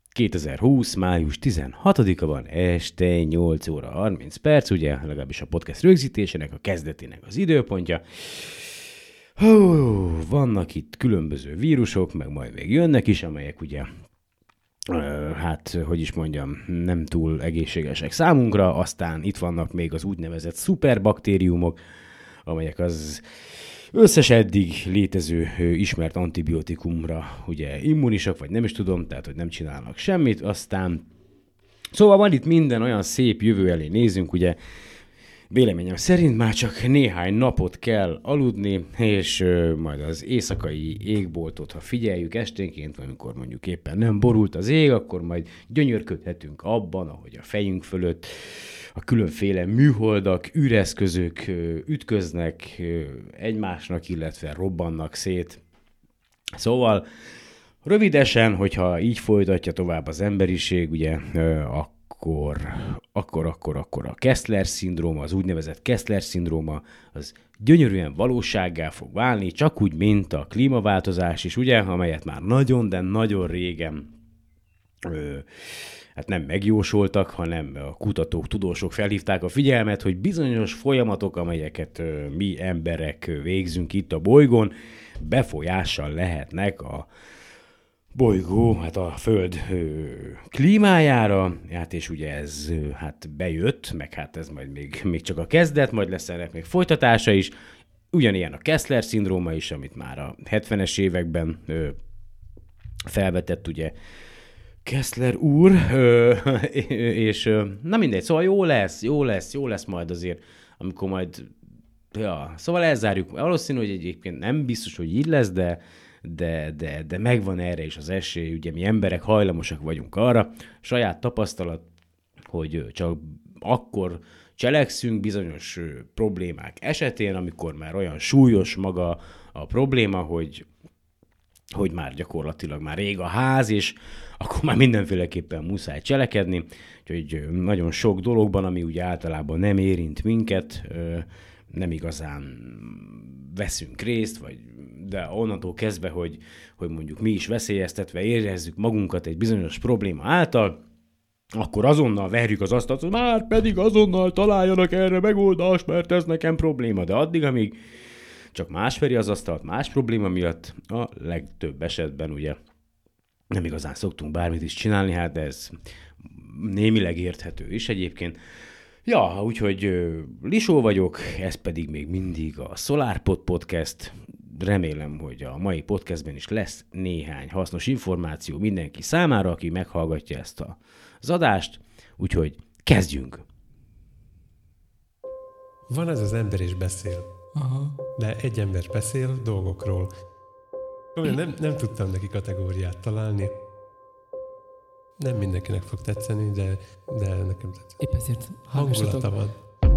2020. május 16-a van, este 8 óra 30 perc, ugye legalábbis a podcast rögzítésének, a kezdetének az időpontja. Vannak itt különböző vírusok, meg majd még jönnek is, amelyek ugye, nem túl egészségesek számunkra, aztán itt vannak még az úgynevezett szuperbaktériumok, amelyek az összes eddig létező ismert antibiotikumra ugye immunisak, vagy nem is tudom, tehát hogy nem csinálnak semmit, aztán szóval van itt minden, olyan szép jövő elé nézünk, ugye véleményem szerint már csak néhány napot kell aludni, és majd az éjszakai égboltot, ha figyeljük esténként, vagy amikor mondjuk éppen nem borult az ég, akkor majd gyönyörködhetünk abban, ahogy a fejünk fölött a különféle műholdak, űreszközök ütköznek egymásnak, illetve robbannak szét. Szóval rövidesen, hogyha így folytatja tovább az emberiség, ugye, akkor a Kessler-szindróma, az úgynevezett Kessler-szindróma, az gyönyörűen valósággá fog válni, csak úgy, mint a klímaváltozás is, ugye, amelyet már nagyon, de nagyon régen nem megjósoltak, hanem a kutatók, tudósok felhívták a figyelmet, hogy bizonyos folyamatok, amelyeket mi emberek végzünk itt a bolygón, befolyással lehetnek a bolygó, a Föld klímájára, és ugye ez bejött, meg ez majd még csak a kezdet, majd lesz ennek még folytatása is. Ugyanilyen a Kessler-szindróma is, amit már a 70-es években felvetett ugye Kessler úr, és na mindegy, szóval jó lesz majd azért, amikor majd, szóval elzárjuk. Valószínű, hogy egyébként nem biztos, hogy így lesz, de megvan erre is az esély, ugye mi emberek hajlamosak vagyunk arra, saját tapasztalat, hogy csak akkor cselekszünk bizonyos problémák esetén, amikor már olyan súlyos maga a probléma, hogy már gyakorlatilag már rég a ház, és akkor már mindenféleképpen muszáj cselekedni. Úgyhogy nagyon sok dologban, ami úgy általában nem érint minket, nem igazán veszünk részt, de onnantól kezdve, hogy mondjuk mi is veszélyeztetve érezzük magunkat egy bizonyos probléma által, akkor azonnal verjük az asztalt, hogy már pedig azonnal találjanak erre megoldást, mert ez nekem probléma. De addig, amíg csak más veri az asztalt más probléma miatt, a legtöbb esetben ugye nem igazán szoktunk bármit is csinálni, de ez némileg érthető is egyébként. Ja, úgyhogy Lisó vagyok, ez pedig még mindig a SolarPod Podcast. Remélem, hogy a mai podcastben is lesz néhány hasznos információ mindenki számára, aki meghallgatja ezt az adást, úgyhogy kezdjünk! Van ez az ember és beszél. Aha. De egy ember beszél dolgokról. Nem tudtam neki kategóriát találni. Nem mindenkinek fog tetszeni, de nekem tetszett. Épp ezért hangulata van.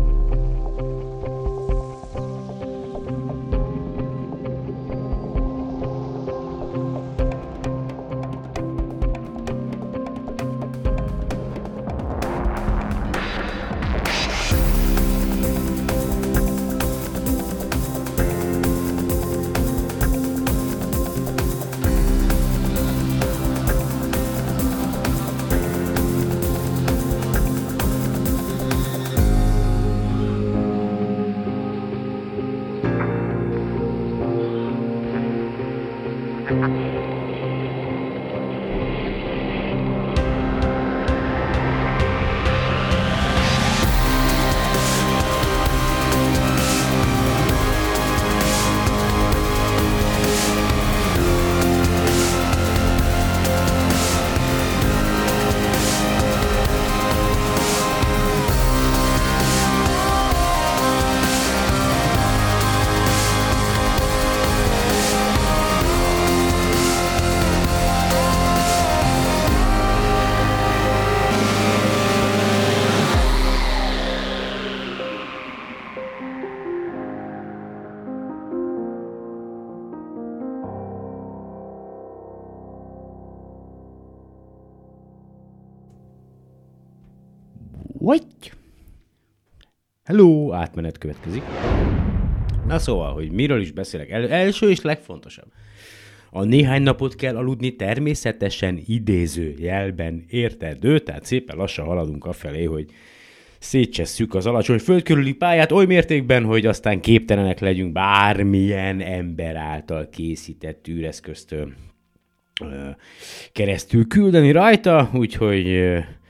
Hello, átmenet következik. Na szóval, hogy miről is beszélek. Első és legfontosabb. A néhány napot kell aludni természetesen idézőjelben, érted? Tehát szépen lassan haladunk afelé, hogy szétcsesszük az alacsony föld körüli pályát oly mértékben, hogy aztán képtelenek legyünk bármilyen ember által készített űreszköztől keresztül küldeni rajta, úgyhogy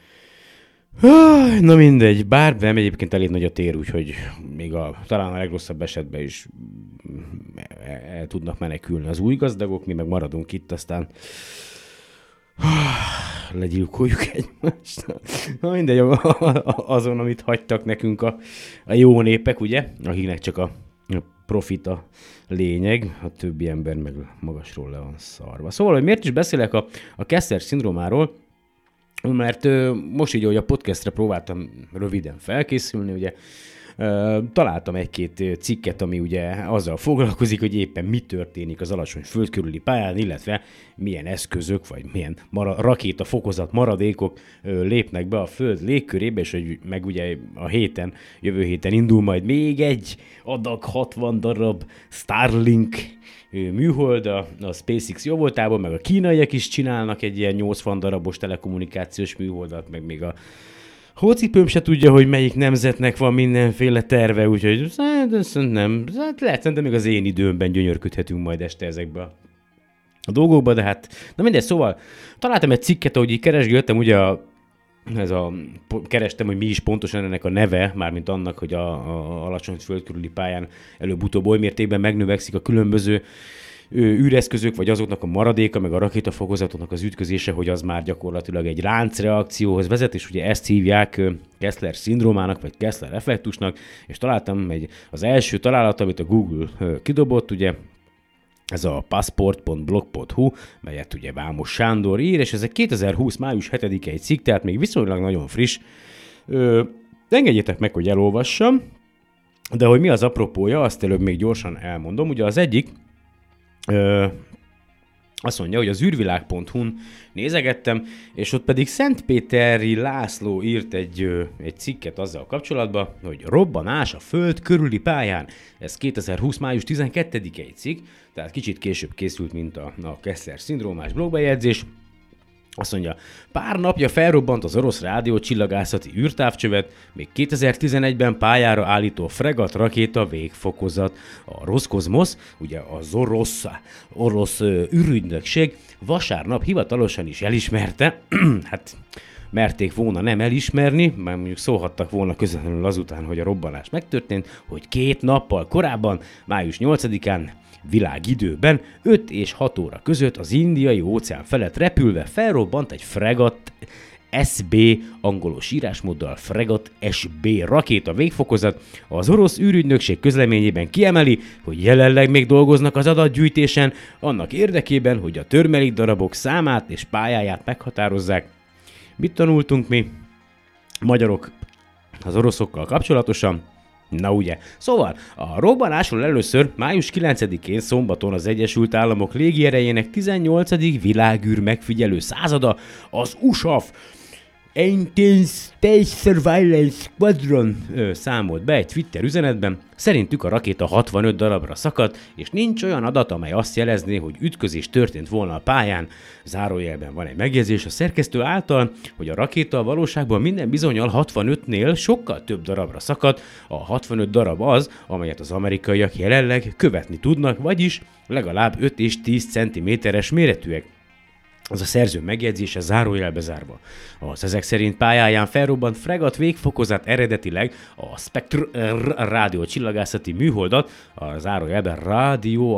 na mindegy, bár nem, egyébként elég nagy a tér, úgyhogy még talán a legrosszabb esetben is el tudnak menekülni az új gazdagok, mi meg maradunk itt, aztán legyilkoljuk egymást. Na mindegy, azon, amit hagytak nekünk a jó népek, ugye, akiknek csak a profit a lényeg, a többi ember meg magasról le van szarva. Szóval, hogy miért is beszélek a Kessler-szindrómáról, mert most így, hogy a podcastre próbáltam röviden felkészülni, ugye találtam egy-két cikket, ami ugye azzal foglalkozik, hogy éppen mi történik az alacsony föld körüli pályán, illetve milyen eszközök, vagy milyen rakétafokozat maradékok lépnek be a föld légkörébe, és hogy meg ugye jövő héten indul majd még egy adag 60 darab Starlink műhold a SpaceX jóvoltából, meg a kínaiak is csinálnak egy ilyen 80 darabos telekommunikációs műholdat, meg még a hócipőm se tudja, hogy melyik nemzetnek van mindenféle terve, úgyhogy nem, lehet, de még az én időmben gyönyörködhetünk majd este ezekbe a dolgokba, de hát, na mindegy, szóval találtam egy cikket, ahogy így keresgéltem, ugye kerestem, hogy mi is pontosan ennek a neve, mármint annak, hogy a alacsony föld körüli pályán előbb-utóbb oly mértékben megnövekszik a különböző űreszközök, vagy azoknak a maradéka, meg a rakétafokozatoknak az ütközése, hogy az már gyakorlatilag egy láncreakcióhoz vezet, és ugye ezt hívják Kessler-szindrómának, vagy Kessler-effektusnak, és találtam az első találat, amit a Google kidobott, ugye, ez a passport.blog.hu, melyet ugye Vámos Sándor ír, és ez egy 2020. május 7-i cikk, tehát még viszonylag nagyon friss. Engedjétek meg, hogy elolvassam, de hogy mi az apropója, azt előbb még gyorsan elmondom. Ugye az egyik, azt mondja, hogy az űrvilág.hu-n nézegettem, és ott pedig Szentpéteri László írt egy cikket azzal kapcsolatban, hogy robbanás a föld körüli pályán. Ez 2020. május 12-i cikk, tehát kicsit később készült, mint a Kessler-szindrómás blogbejegyzés. Azt mondja, pár napja felrobbant az orosz rádió csillagászati űrtávcsövet, még 2011-ben pályára állító fregat rakéta végfokozat. A Roszkozmosz, ugye az orosz űrügynökség vasárnap hivatalosan is elismerte, hát merték volna nem elismerni, mert mondjuk szólhattak volna közvetlenül azután, hogy a robbanás megtörtént, hogy 2 nappal korábban, május 8-án, világidőben 5 és 6 óra között az Indiai óceán felett repülve felrobbant egy fregat SB, angolos írásmóddal fregat SB rakéta végfokozat. Az orosz űrügynökség közleményében kiemeli, hogy jelenleg még dolgoznak az adatgyűjtésen, annak érdekében, hogy a törmelék darabok számát és pályáját meghatározzák. Mit tanultunk mi, magyarok, az oroszokkal kapcsolatosan? Na ugye. Szóval a robbanásról először május 9-én szombaton az Egyesült Államok légierejének 18. világűr megfigyelő százada, az USAF, Intense Space Surveillance Squadron számolt be egy Twitter üzenetben, szerintük a rakéta 65 darabra szakadt, és nincs olyan adat, amely azt jelezné, hogy ütközés történt volna a pályán. Zárójelben van egy megjegyzés a szerkesztő által, hogy a rakéta a valóságban minden bizonnyal 65-nél sokkal több darabra szakadt, a 65 darab az, amelyet az amerikaiak jelenleg követni tudnak, vagyis legalább 5 és 10 cm-es méretűek. Az a szerző megjegyzése zárójelbe zárva. Az ezek szerint pályáján felrobbant fregat végfokozat eredetileg a Spectre rádió csillagászati műholdat, a zárójelben Radio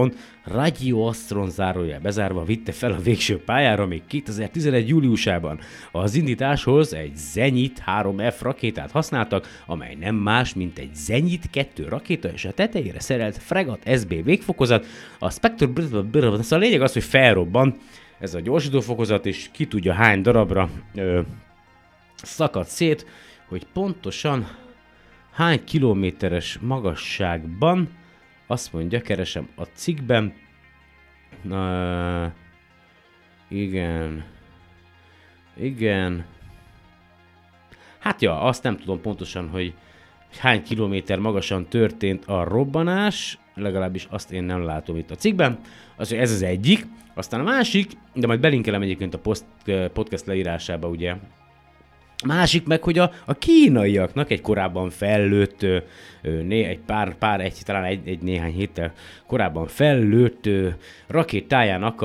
Astron zárójelbe zárva vitte fel a végső pályára még 2011. júliusában. Az indításhoz egy Zenit 3F rakétát használtak, amely nem más, mint egy Zenit 2 rakéta és a tetejére szerelt fregat SB végfokozat. A Spectre, szóval a lényeg az, hogy felrobbant ez a gyorsítófokozat, és ki tudja hány darabra szakadt szét, hogy pontosan hány kilométeres magasságban, azt mondja, keresem a cikkben, igen, hát ja, azt nem tudom pontosan, hogy hány kilométer magasan történt a robbanás, legalábbis azt én nem látom itt a cikkben. Ez az egyik. Aztán a másik, de majd belinkelem egyébként a podcast leírásába, ugye. Másik meg, hogy a kínaiaknak egy korábban fellőtt, talán egy néhány héttel korábban fellőtt rakétájának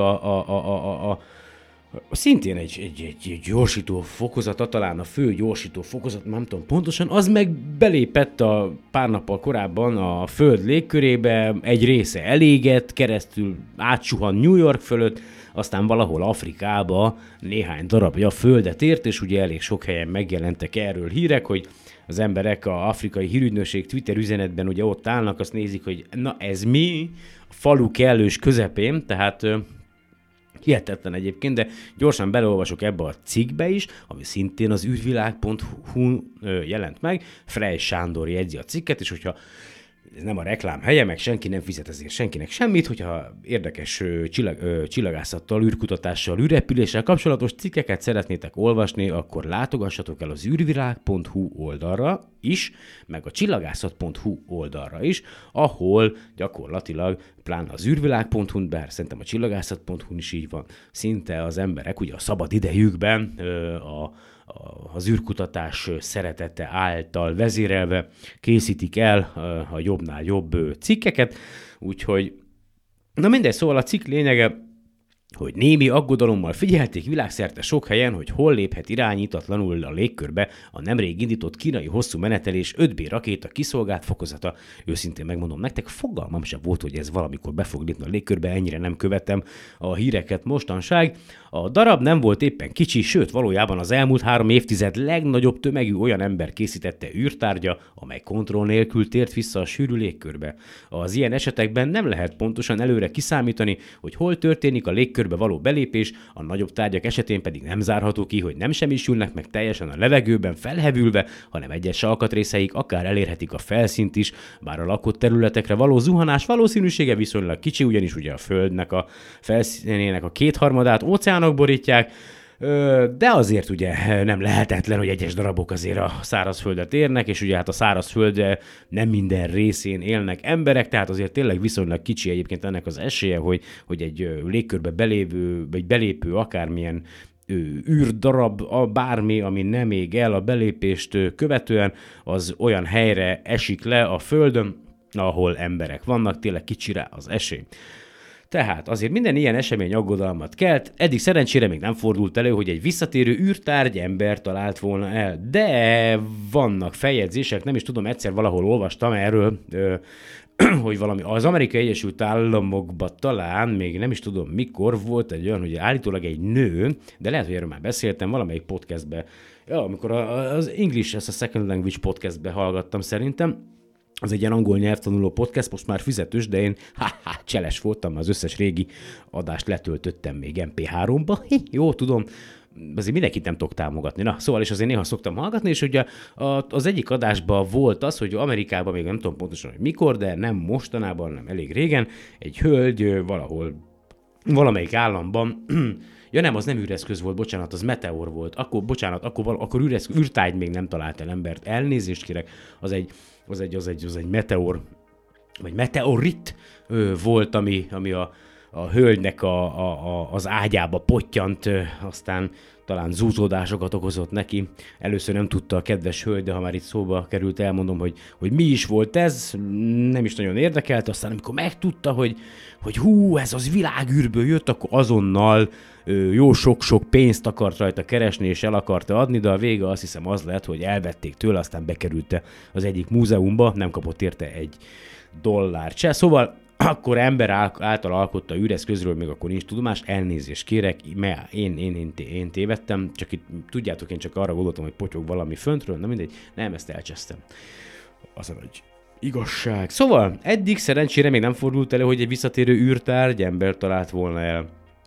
szintén egy gyorsító fokozata, talán a fő gyorsító fokozat, nem tudom pontosan, az meg belépett a pár nappal korábban a föld légkörébe, egy része elégett, keresztül átsuhan New York fölött, aztán valahol Afrikába néhány darabja földet ért, és ugye elég sok helyen megjelentek erről hírek, hogy az emberek a afrikai hírügynökség Twitter üzenetben ugye ott állnak, azt nézik, hogy na ez mi? A falu kellős közepén, tehát hihetetlen egyébként, de gyorsan beleolvasok ebbe a cikkbe is, ami szintén az űrvilág.hu jelent meg. Frey Sándor jegyzi a cikket, és hogyha ez nem a reklám helye, meg senki nem fizet ezért senkinek semmit, hogyha érdekes csillagászattal, űrkutatással, űrrepüléssel kapcsolatos cikkeket szeretnétek olvasni, akkor látogassatok el az űrvilág.hu oldalra is, meg a csillagászat.hu oldalra is, ahol gyakorlatilag pláne az űrvilág.hu-n, bár szerintem a csillagászat.hu-n is így van, szinte az emberek ugye a szabad idejükben az űrkutatás szeretete által vezérelve készítik el a jobbnál jobb cikkeket, úgyhogy na mindegy, szóval a cikk lényege, hogy némi aggodalommal figyelték világszerte sok helyen, hogy hol léphet irányítatlanul a légkörbe a nemrég indított kínai hosszú menetelés 5B rakéta kiszolgált fokozata. Őszintén megmondom nektek, fogalmam sem volt, hogy ez valamikor be fog lépni a légkörbe, ennyire nem követem a híreket mostanság. A darab nem volt éppen kicsi, sőt valójában az elmúlt 3 évtized legnagyobb tömegű olyan ember készítette űrtárgya, amely kontroll nélkül tért vissza a sűrű légkörbe. Az ilyen esetekben nem lehet pontosan előre kiszámítani, hogy hol történik a légkörbe való belépés, a nagyobb tárgyak esetén pedig nem zárható ki, hogy nem semmisülnek meg teljesen a levegőben felhevülve, hanem egyes alkatrészeik akár elérhetik a felszínt is, bár a lakott területekre való zuhanás valószínűsége viszonylag kicsi, ugyanis ugye a Földnek a felszínének a 2/3 óceánok borítják, de azért ugye nem lehetetlen, hogy egyes darabok azért a szárazföldet érnek, és ugye hát a szárazföld nem minden részén élnek emberek, tehát azért tényleg viszonylag kicsi egyébként ennek az esélye, hogy egy légkörbe belévő, vagy belépő akármilyen űrdarab, bármi, ami nem ég el a belépést követően, az olyan helyre esik le a Földön, ahol emberek vannak, tényleg kicsi rá az esély. Tehát azért minden ilyen esemény aggodalmat kelt, eddig szerencsére még nem fordult elő, hogy egy visszatérő űrtárgy ember talált volna el, de vannak feljegyzések, nem is tudom, egyszer valahol olvastam erről, hogy valami az Amerikai Egyesült Államokban talán, még nem is tudom mikor volt egy olyan, hogy állítólag egy nő, de lehet, hogy erről már beszéltem valamelyik podcastben, amikor az English as a Second Language podcastben hallgattam szerintem, az egy ilyen angol nyelvtanuló podcast, most már fizetős, de én cseles voltam, az összes régi adást letöltöttem még MP3-ba. Jó, tudom, azért mindenkit nem tudok támogatni. Na, szóval is azért néha szoktam hallgatni, és ugye az egyik adásban volt az, hogy Amerikában, még nem tudom pontosan, hogy mikor, de nem mostanában, nem elég régen, egy hölgy valahol, valamelyik államban, ja nem, az nem űreszköz volt, bocsánat, az meteor volt. Akkor űrtárgy még nem talált el embert. Elnézést kérek, az egy meteor, vagy meteorit volt, ami a hölgynek az ágyába pottyant, aztán talán zúzódásokat okozott neki. Először nem tudta a kedves hölgy, de ha már itt szóba került, elmondom, hogy mi is volt ez, nem is nagyon érdekelt, aztán amikor megtudta, hogy hú, ez az világűrből jött, akkor azonnal jó sok-sok pénzt akart rajta keresni, és el akarta adni, de a vége azt hiszem az lett, hogy elvették tőle, aztán bekerült az egyik múzeumba, nem kapott érte $1 se. Szóval akkor ember által alkotta űreszközről, még akkor nincs tudomás, elnézést kérek, mert én tévedtem, csak itt tudjátok, én csak arra gondoltam, hogy potyog valami föntről, na mindegy, nem, ezt elcsesztem. Az a nagy igazság. Szóval eddig szerencsére még nem fordult elő, hogy egy visszatérő űrtárgy ember talált volna el.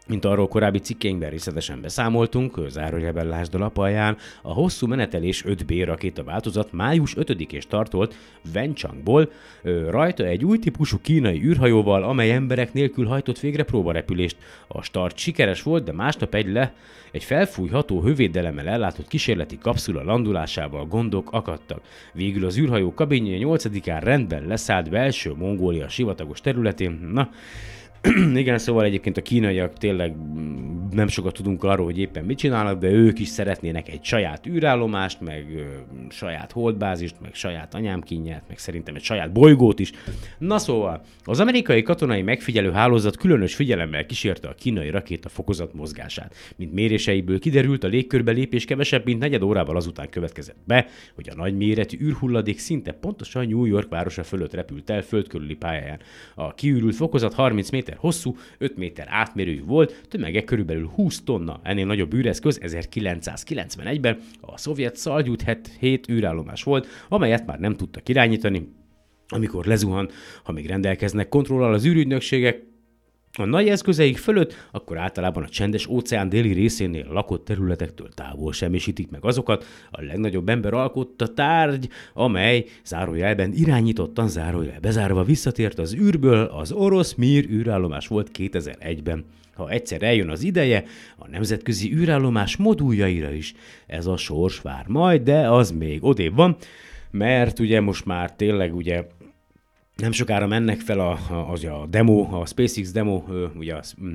Mint arról korábbi cikkeinkben részletesen beszámoltunk, zárójelben lásd a lap alján, a hosszú menetelés 5B rakéta változat május 5-én startolt Wenchangból, rajta egy új típusú kínai űrhajóval, amely emberek nélkül hajtott végre próbarepülést. A start sikeres volt, de másnap egy felfújható hővédelemmel ellátott kísérleti kapszula landulásával gondok akadtak. Végül az űrhajó kabinja 8-án rendben leszállt belső Mongólia sivatagos területén. Na, igen, szóval egyébként a kínaiak tényleg nem sokat tudunk arról, hogy éppen mit csinálnak, de ők is szeretnének egy saját űrállomást, meg saját holdbázist, meg saját anyámkínját, meg szerintem egy saját bolygót is. Na szóval, az amerikai katonai megfigyelő hálózat különös figyelemmel kísérte a kínai rakéta fokozat mozgását. Mint méréseiből kiderült, a légkörbe lépés kevesebb, mint negyed órával azután következett be, hogy a nagyméretű űrhulladék szinte pontosan New York városa fölött repült el föld körüli pályáján. A kiürült fokozat 30 méter hosszú, 5 méter átmérőjű volt, tömege körülbelül 20 tonna. Ennél nagyobb űreszköz 1991-ben a szovjet Szaljut 7 űrállomás volt, amelyet már nem tudtak irányítani, amikor lezuhan, ha még rendelkeznek kontrollal az űrügynökségek, a nagy eszközeik fölött, akkor általában a csendes óceán déli részénél lakott területektől távol semmisítik meg azokat, a legnagyobb ember alkotta tárgy, amely zárójelben irányítottan zárójel bezárva visszatért az űrből, az orosz Mir űrállomás volt 2001-ben. Ha egyszer eljön az ideje, a nemzetközi űrállomás moduljaira is ez a sors vár majd, de az még odébb van, mert ugye most már tényleg ugye nem sokára mennek fel a demo, a SpaceX demo, ugye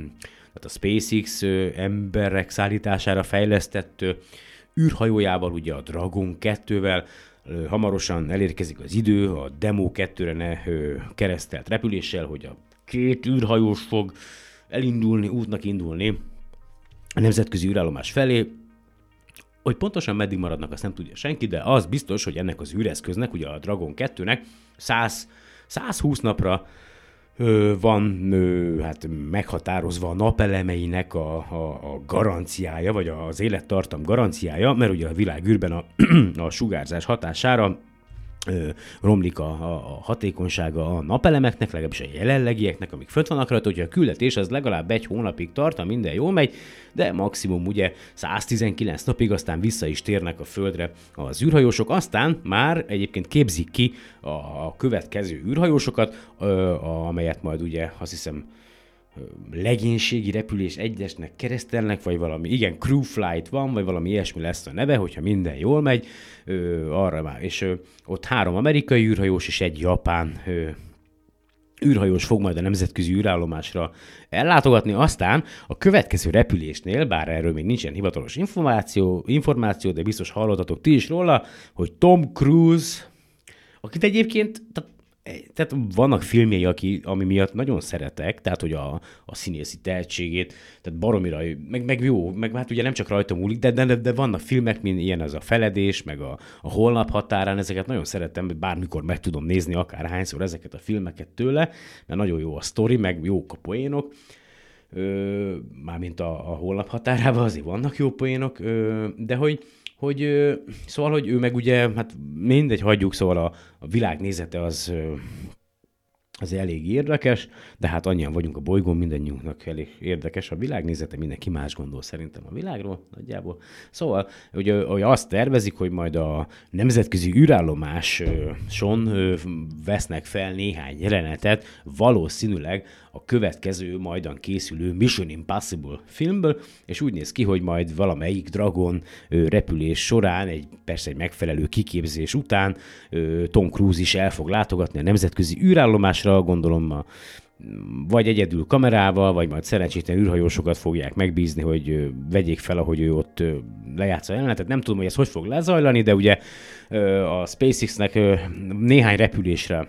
a SpaceX emberek szállítására fejlesztett űrhajójával, ugye a Dragon 2-vel, hamarosan elérkezik az idő, a Demo 2-re ne keresztelt repüléssel, hogy a 2 űrhajós fog útnak indulni a nemzetközi űrállomás felé. Hogy pontosan meddig maradnak, azt nem tudja senki, de az biztos, hogy ennek az űreszköznek, ugye a Dragon 2-nek 120 napra van hát meghatározva a napelemeinek a garanciája, vagy az élettartam garanciája, mert ugye a világűrben a sugárzás hatására romlik a hatékonysága a napelemeknek, legalábbis a jelenlegieknek, amik fönt vannak rajta, hogy a küldetés az legalább 1 hónapig tart, ha minden jól megy, de maximum ugye 119 napig, aztán vissza is térnek a földre az űrhajósok, aztán már egyébként képzik ki a következő űrhajósokat, amelyet majd ugye azt hiszem legénységi repülés 1-esnek keresztelnek, vagy valami, igen, crew flight van, vagy valami ilyesmi lesz a neve, hogyha minden jól megy, arra már, és ott 3 amerikai űrhajós és 1 japán űrhajós fog majd a nemzetközi űrállomásra ellátogatni, aztán a következő repülésnél, bár erről még nincsen hivatalos információ, de biztos hallottatok ti is róla, hogy Tom Cruise, akit egyébként, tehát vannak filmjei, ami miatt nagyon szeretek, tehát hogy a színészi tehetségét, tehát baromira, meg jó, meg hát ugye nem csak rajta múlik, de vannak filmek, mint ilyen az a Feledés, meg a Holnap határán, ezeket nagyon szeretem, bármikor meg tudom nézni akárhányszor ezeket a filmeket tőle, mert nagyon jó a sztori, meg jók a poénok, mármint a Holnap határában azért vannak jó poénok, de szóval, hogy ő meg ugye, hát mindegy, hagyjuk, szóval a világnézete az elég érdekes, de hát annyian vagyunk a bolygón, mindannyiunknak elég érdekes a világnézete, mindenki más gondol szerintem a világról nagyjából. Szóval, hogy azt tervezik, hogy majd a nemzetközi űrállomáson vesznek fel néhány jelenetet, valószínűleg a következő majdan készülő Mission Impossible filmből, és úgy néz ki, hogy majd valamelyik Dragon repülés során, persze egy megfelelő kiképzés után Tom Cruise is el fog látogatni a nemzetközi űrállomásra, gondolom vagy egyedül kamerával, vagy majd szerencsétlen űrhajósokat fogják megbízni, hogy vegyék fel, ahogy ő ott lejátsza a jelenetet. Nem tudom, hogy ez hogy fog lezajlani, de ugye a SpaceX-nek néhány repülésre,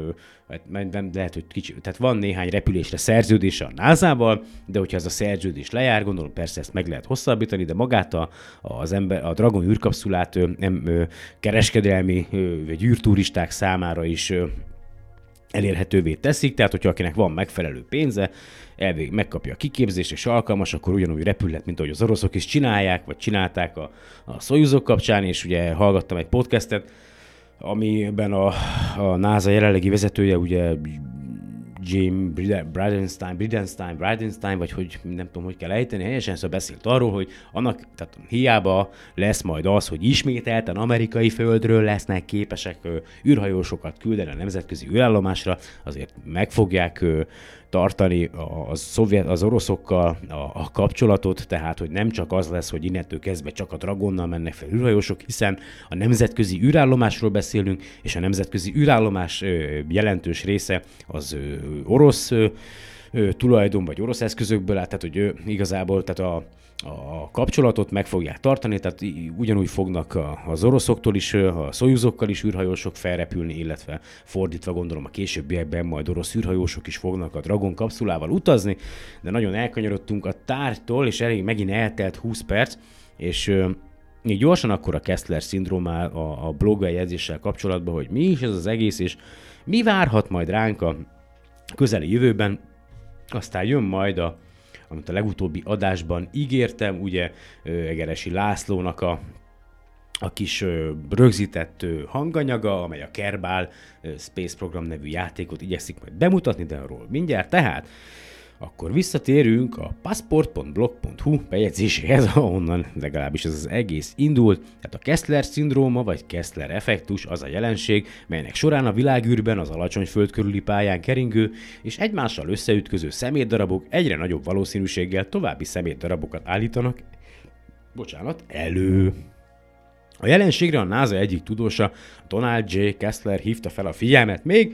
lehet, hogy kicsi, tehát van néhány repülésre szerződése a NASA-val, de hogyha ez a szerződés lejár, gondolom persze ezt meg lehet hosszabbítani, de magát a Dragon űrkapszulát kereskedelmi vagy űrturisták számára is elérhetővé teszik, tehát hogyha akinek van megfelelő pénze, megkapja a kiképzést és alkalmas, akkor ugyanúgy repülhet, mint ahogy az oroszok is csinálják, vagy csinálták a Szojuzok kapcsán, és ugye hallgattam egy podcastet, amiben a NASA jelenlegi vezetője ugye Jim Bridenstine, vagy hogy nem tudom, hogy kell ejteni, helyesen szóval beszélt arról, hogy annak, tehát hiába lesz majd az, hogy ismételten amerikai földről lesznek képesek űrhajósokat küldeni a nemzetközi űrállomásra, azért meg fogják tartani az oroszokkal a kapcsolatot, tehát hogy nem csak az lesz, hogy innentől kezdve csak a Dragonnal mennek fel űrhajósok, hiszen a nemzetközi űrállomásról beszélünk, és a nemzetközi űrállomás jelentős része az orosz tulajdon, vagy orosz eszközökből áll, tehát hogy igazából tehát a kapcsolatot meg fogják tartani, tehát ugyanúgy fognak az oroszoktól is, a szojuzokkal is űrhajósok felrepülni, illetve fordítva gondolom a későbbiekben majd orosz űrhajósok is fognak a Dragon kapszulával utazni, de nagyon elkanyarodtunk a tárgytól, és elég megint eltelt 20 perc, és még gyorsan akkor a Kessler-szindrómál a blogjegyzéssel kapcsolatban, hogy mi is ez az egész, és mi várhat majd ránk a közeli jövőben, aztán jön majd amit a legutóbbi adásban ígértem, ugye Egeresi Lászlónak a kis rögzített hanganyaga, amely a Kerbal Space Program nevű játékot igyekszik majd bemutatni, de arról mindjárt. Tehát akkor visszatérünk a passport.blog.hu bejegyzéséhez, ahonnan legalábbis ez az egész indult. Tehát a Kessler-szindróma vagy Kessler-effektus az a jelenség, melynek során a világűrben az alacsony föld körüli pályán keringő és egymással összeütköző szemétdarabok egyre nagyobb valószínűséggel további szemétdarabokat állítanak elő. A jelenségre a NASA egyik tudósa, Donald J. Kessler hívta fel a figyelmet még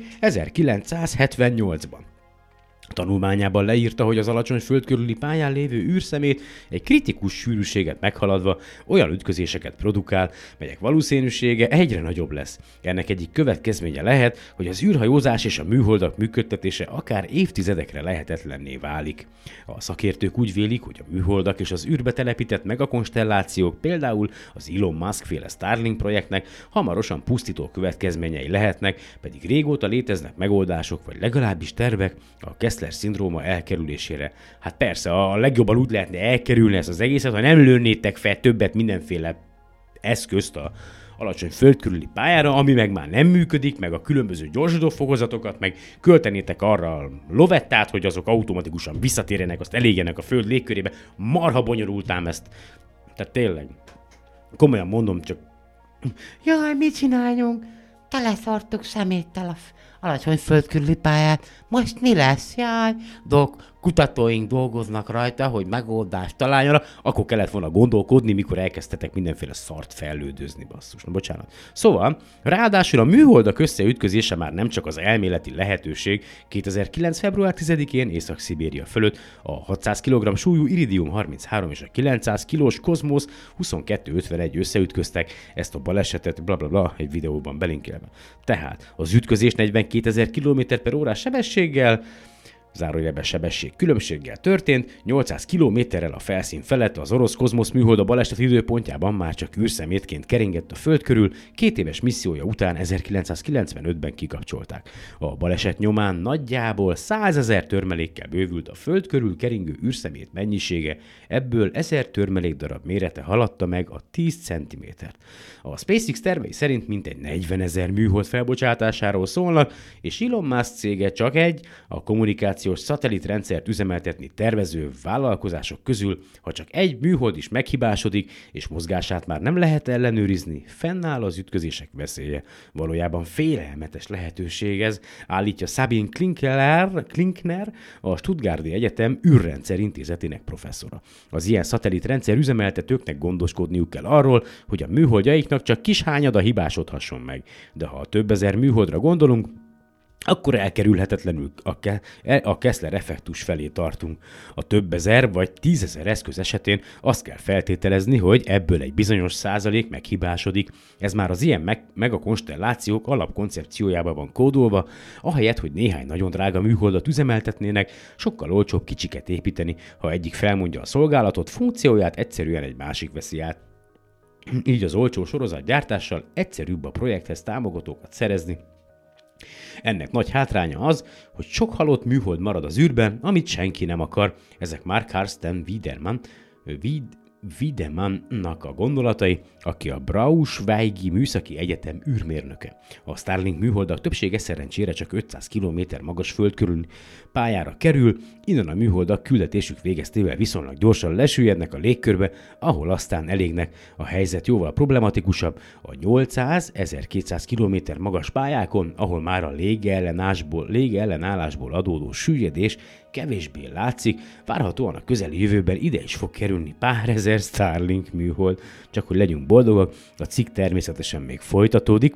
1978-ban. A tanulmányában leírta, hogy az alacsony föld körüli pályán lévő űrszemét egy kritikus sűrűséget meghaladva olyan ütközéseket produkál, melyek valószínűsége egyre nagyobb lesz. Ennek egyik következménye lehet, hogy az űrhajózás és a műholdak működtetése akár évtizedekre lehetetlenné válik. A szakértők úgy vélik, hogy a műholdak és az űrbe telepített megakonstellációk, például az Elon Musk féle Starlink projektnek hamarosan pusztító következményei lehetnek, pedig régóta léteznek megoldások vagy legalábbis tervek a Kessler-szindróma elkerülésére. Hát persze, a legjobban úgy lehetne elkerülni ezt az egészet, ha nem lőnétek fel többet mindenféle eszközt a alacsony föld körüli pályára, ami meg már nem működik, meg a különböző gyorsító fokozatokat, meg költenétek arra a lovettát, hogy azok automatikusan visszatérjenek, azt elégjenek a föld légkörébe. Marha bonyolultám ezt. Tehát tényleg, komolyan mondom, csak... Jaj, mit csináljunk? Teleszartuk szeméttel a alacsony föld körüli pályát. Most mi lesz? Jaj, kutatóink dolgoznak rajta, hogy megoldást találjanak, akkor kellett volna gondolkodni, mikor elkezdtetek mindenféle szart fellődözni, basszus. Na, bocsánat. Szóval, ráadásul a műholdak összeütközése már nem csak az elméleti lehetőség. 2009. február 10-én Észak-Szibéria fölött a 600 kg súlyú Iridium 33 és a 900 kg Cosmos 2251 összeütköztek, ezt a balesetet blablabla egy videóban belinkelve. Tehát az ütközés 42.000 km/h sebességgel, zárójelben sebesség különbséggel történt, 800 kilométerrel a felszín felett az orosz Cosmos műhold a baleset időpontjában már csak űrszemétként keringett a Föld körül, 2 éves missziója után 1995-ben kikapcsolták. A baleset nyomán nagyjából 100 000 törmelékkel bővült a Föld körül keringő űrszemét mennyisége, ebből 1000 törmelékdarab mérete haladta meg a 10 cm-t. A SpaceX tervei szerint mintegy 40 000 műhold felbocsátásáról szólnak, és Elon Musk cége csak a kommunikációs szatellitrendszert üzemeltetni tervező vállalkozások közül, ha csak egy műhold is meghibásodik, és mozgását már nem lehet ellenőrizni, fennáll az ütközések veszélye. Valójában félelmetes lehetőség ez, állítja Sabine Klinkner, a Stuttgarti Egyetem űrrendszer intézetének professzora. Az ilyen szatellitrendszer üzemeltetőknek gondoskodniuk kell arról, hogy a műholdjaiknak csak kis hányada hibásodhasson meg. De ha a több ezer műholdra gondolunk, akkor elkerülhetetlenül a Kessler-effektus felé tartunk. A több ezer vagy 10 000 eszköz esetén azt kell feltételezni, hogy ebből egy bizonyos százalék meghibásodik. Ez már az ilyen megakonstellációk alapkoncepciójában van kódolva, ahelyett, hogy néhány nagyon drága műholdat üzemeltetnének, sokkal olcsóbb kicsiket építeni, ha egyik felmondja a szolgálatot, funkcióját egyszerűen egy másik veszi át. Így az olcsó sorozatgyártással egyszerűbb a projekthez támogatókat szerezni. Ennek nagy hátránya az, hogy sok halott műhold marad az űrben, amit senki nem akar. Ezek már Carsten Wiedemann-nak a gondolatai, aki a Braunschweigi Műszaki Egyetem űrmérnöke. A Starlink műholdak többsége szerencsére csak 500 km magas föld körül pályára kerül, innen a műholdak küldetésük végeztével viszonylag gyorsan lesüllyednek a légkörbe, ahol aztán elégnek. A helyzet jóval problematikusabb a 800-1200 km magas pályákon, ahol már a légellenállásból adódó süllyedés kevésbé látszik, várhatóan a közeli jövőben ide is fog kerülni pár ezer Starlink műhold, csak hogy legyünk boldogak, a cikk természetesen még folytatódik.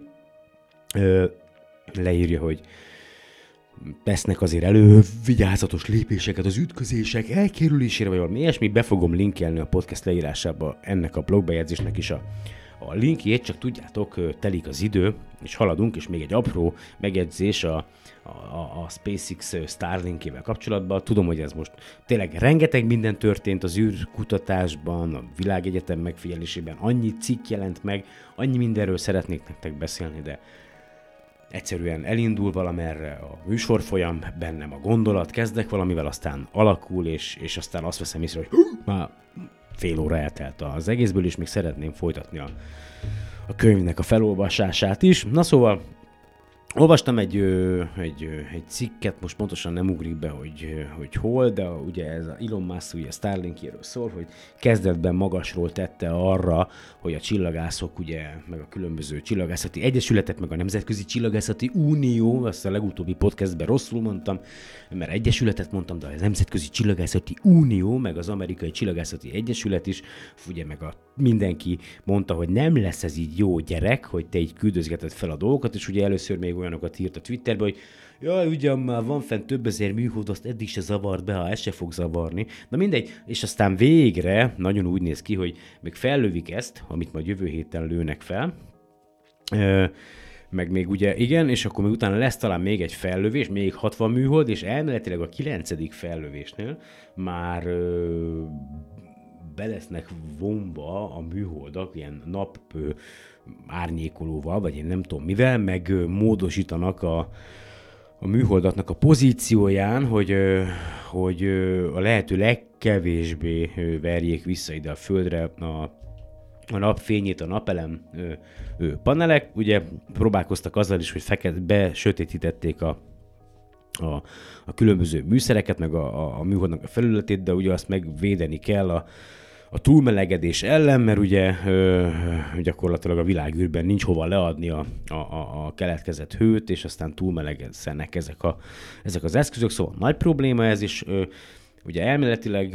Leírja, hogy tesznek azért elővigyázatos lépéseket az ütközések elkerülésére, vagy valami ilyesmi, be fogom linkelni a podcast leírásába ennek a blogbejegyzésnek is a linkjét, csak tudjátok, telik az idő, és haladunk, és még egy apró megjegyzés a SpaceX Starlinkével kapcsolatban. Tudom, hogy ez most tényleg rengeteg minden történt az űrkutatásban, a világegyetem megfigyelésében, annyi cikk jelent meg, annyi mindenről szeretnék nektek beszélni, de egyszerűen elindul valamerre a műsorfolyam, bennem a gondolat, kezdek valamivel, aztán alakul, és aztán azt veszem észre, hogy már fél óra eltelt az egészből, és még szeretném folytatni a könyvnek a felolvasását is. Na szóval, olvastam egy cikket, most pontosan nem ugrik be, hogy hol, de ugye ez a Elon Musk ugye Starlinkjéről szól, hogy kezdetben magasról tette arra, hogy a csillagászok ugye, meg a különböző csillagászati egyesületek, meg a Nemzetközi Csillagászati Unió, azt a legutóbbi podcastben rosszul mondtam, mert egyesületet mondtam, de a Nemzetközi Csillagászati Unió, meg az Amerikai Csillagászati Egyesület is, ugye meg mindenki mondta, hogy nem lesz ez így jó gyerek, hogy te így küldözgeted fel a dolgokat, és ugye először még olyanokat írt a Twitterben, hogy jaj, ugyan már van fent több ezer műhold, azt eddig se zavart be, ha ez se fog zavarni. Na mindegy, és aztán végre nagyon úgy néz ki, hogy még fellövik ezt, amit majd jövő héten lőnek fel, meg még ugye igen, és akkor még utána lesz talán még egy fellövés, még 60 műhold, és elméletileg a 9. fellövésnél már be lesznek vonva a műholdak ilyen nap árnyékolóval, vagy én nem tudom mivel, meg módosítanak a műholdaknak a pozícióján, hogy a lehető legkevésbé verjék vissza ide a földre a napfényét, a napelem panelek. Ugye próbálkoztak azzal is, hogy besötétítették a különböző műszereket, meg a műholdnak a felületét, de ugye azt megvédeni kell a túlmelegedés ellen, mert ugye gyakorlatilag a világűrben nincs hova leadni a keletkezett hőt, és aztán túlmelegszenek ezek az eszközök, szóval nagy probléma ez is. Ugye elméletileg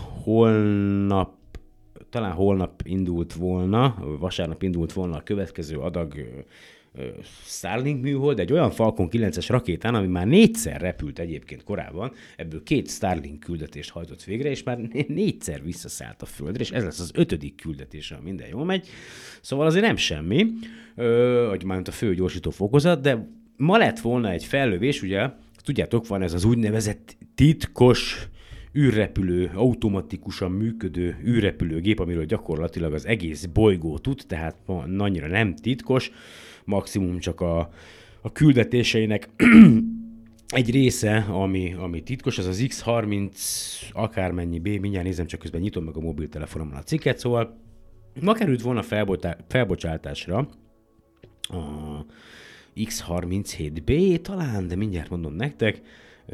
talán holnap indult volna, vasárnap indult volna a következő adag Starlink műhold, egy olyan Falcon 9-es rakétán, ami már 4-szer repült egyébként korábban, ebből 2 Starlink küldetést hajtott végre, és már 4-szer visszaszállt a Földre, és ez lesz az 5. küldetése, ha minden jól megy. Szóval azért nem semmi, hogy már a fő gyorsító fokozat, de ma lett volna egy fellövés, ugye, tudjátok, van ez az úgynevezett titkos űrrepülő, automatikusan működő űrrepülőgép, amiről gyakorlatilag az egész bolygó tud, tehát annyira nem titkos, maximum csak a küldetéseinek egy része, ami titkos, az az X30 akármennyi B, mindjárt nézem, csak közben nyitom meg a mobiltelefonomon a cikket, szóval ma került volna felbocsátásra a X37B talán, de mindjárt mondom nektek,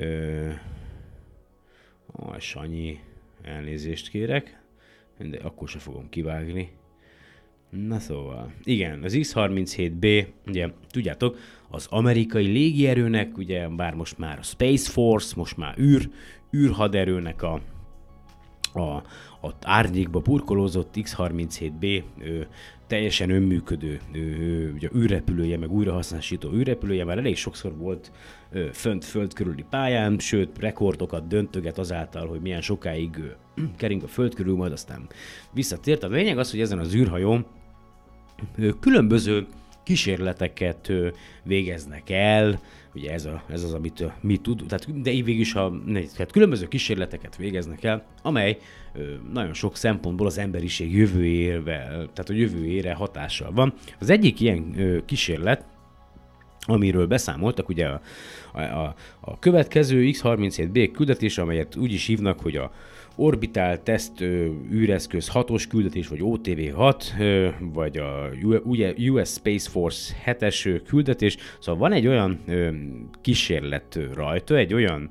Sanyi, elnézést kérek, de akkor se fogom kivágni. Na szóval, igen, az X-37B, ugye tudjátok, az amerikai légierőnek, ugye bár most már a Space Force, most már űrhaderőnek a árnyékba burkolózott X-37B teljesen önműködő ugye űrrepülője, meg újrahasznosító űrrepülője, már elég sokszor volt fönt föld körüli pályán, sőt rekordokat döntöget azáltal, hogy milyen sokáig kering a föld körül, majd aztán visszatért. A lényeg az, hogy ezen az űrhajón különböző kísérleteket végeznek el, ugye ez az, amit mi tud, tehát, de így végül is tehát különböző kísérleteket végeznek el, amely nagyon sok szempontból az emberiség tehát a jövőjére hatással van. Az egyik ilyen kísérlet, amiről beszámoltak, ugye a következő X-37B küldetés, amelyet úgy is hívnak, hogy Orbital Test űreszköz 6-os küldetés, vagy OTV-6, vagy a US Space Force 7-es küldetés. Szóval van egy olyan kísérlet rajta, egy olyan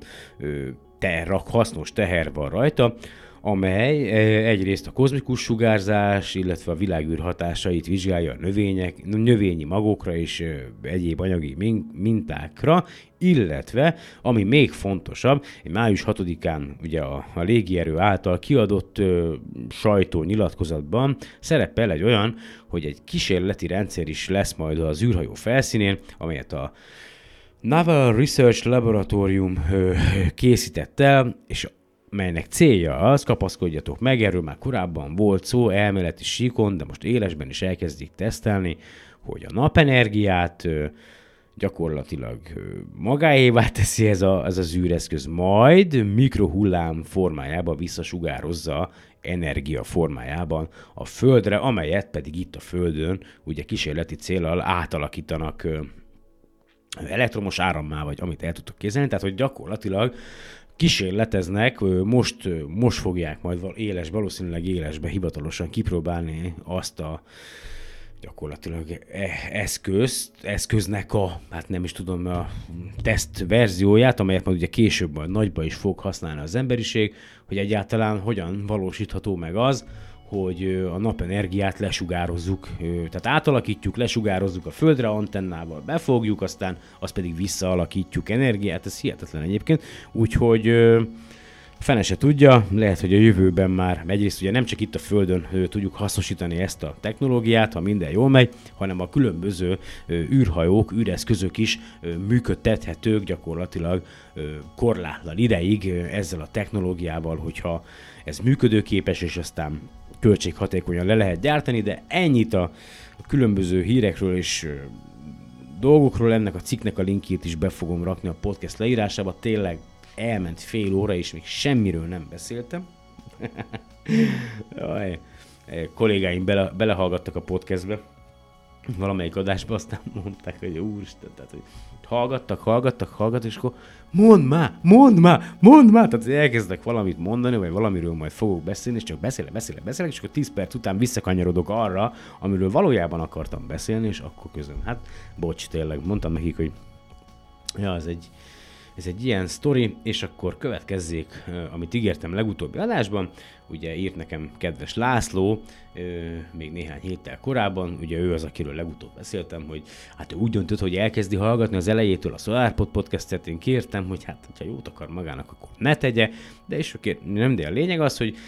hasznos teher van rajta, amely egyrészt a kozmikus sugárzás, illetve a világűr hatásait vizsgálja a növényi magokra és egyéb anyagi mintákra, illetve, ami még fontosabb, május 6-án ugye a légierő által kiadott sajtónyilatkozatban szerepel egy olyan, hogy egy kísérleti rendszer is lesz majd az űrhajó felszínén, amelyet a Naval Research Laboratorium készített el, és melynek célja az, kapaszkodjatok meg, erről már korábban volt szó, elméleti síkon, de most élesben is elkezdik tesztelni, hogy a napenergiát gyakorlatilag magáévá teszi ez az űreszköz, majd mikrohullám formájában visszasugározza energia formájában a Földre, amelyet pedig itt a Földön ugye kísérleti céllal átalakítanak elektromos árammá, vagy amit el tudtok képzelni, tehát hogy gyakorlatilag kísérleteznek, most fogják majd valószínűleg élesbe hivatalosan kipróbálni azt a gyakorlatilag eszköznek hát nem is tudom, a teszt verzióját, amelyet majd ugye később majd nagyba is fog használni az emberiség, hogy egyáltalán hogyan valósítható meg az, hogy a napenergiát lesugározzuk, tehát átalakítjuk, lesugározzuk a Földre antennával, befogjuk, aztán azt pedig visszaalakítjuk energiát, ez hihetetlen egyébként, úgyhogy fene se tudja, lehet, hogy a jövőben már egyrészt ugye nem csak itt a Földön tudjuk hasznosítani ezt a technológiát, ha minden jól megy, hanem a különböző űrhajók, űreszközök is működtethetők gyakorlatilag korlátlan ideig ezzel a technológiával, hogyha ez működőképes, és aztán költséghatékonyan le lehet gyártani, de ennyit a különböző hírekről és dolgokról, ennek a cikknek a linkjét is be fogom rakni a podcast leírásába, tényleg elment fél óra, és még semmiről nem beszéltem. Jaj, kollégáim belehallgattak a podcastbe, valamelyik adásba, aztán mondták, hogy úristen, tehát hogy hallgattak, és akkor mondd már, tehát elkezdek valamit mondani, vagy valamiről majd fogok beszélni, és csak beszélek, és akkor 10 perc után visszakanyarodok arra, amiről valójában akartam beszélni, és akkor közön. Hát, bocs, tényleg, mondtam nekik, hogy ja, ez egy ilyen sztori, és akkor következzék, amit ígértem legutóbbi adásban. Ugye írt nekem kedves László, még néhány héttel korábban, ugye ő az, akiről legutóbb beszéltem, hogy hát ő úgy döntött, hogy elkezdi hallgatni az elejétől a SolarPod podcastet, én kértem, hogy hát, ha jót akar magának, akkor ne tegye, de és nem, de a lényeg az, hogy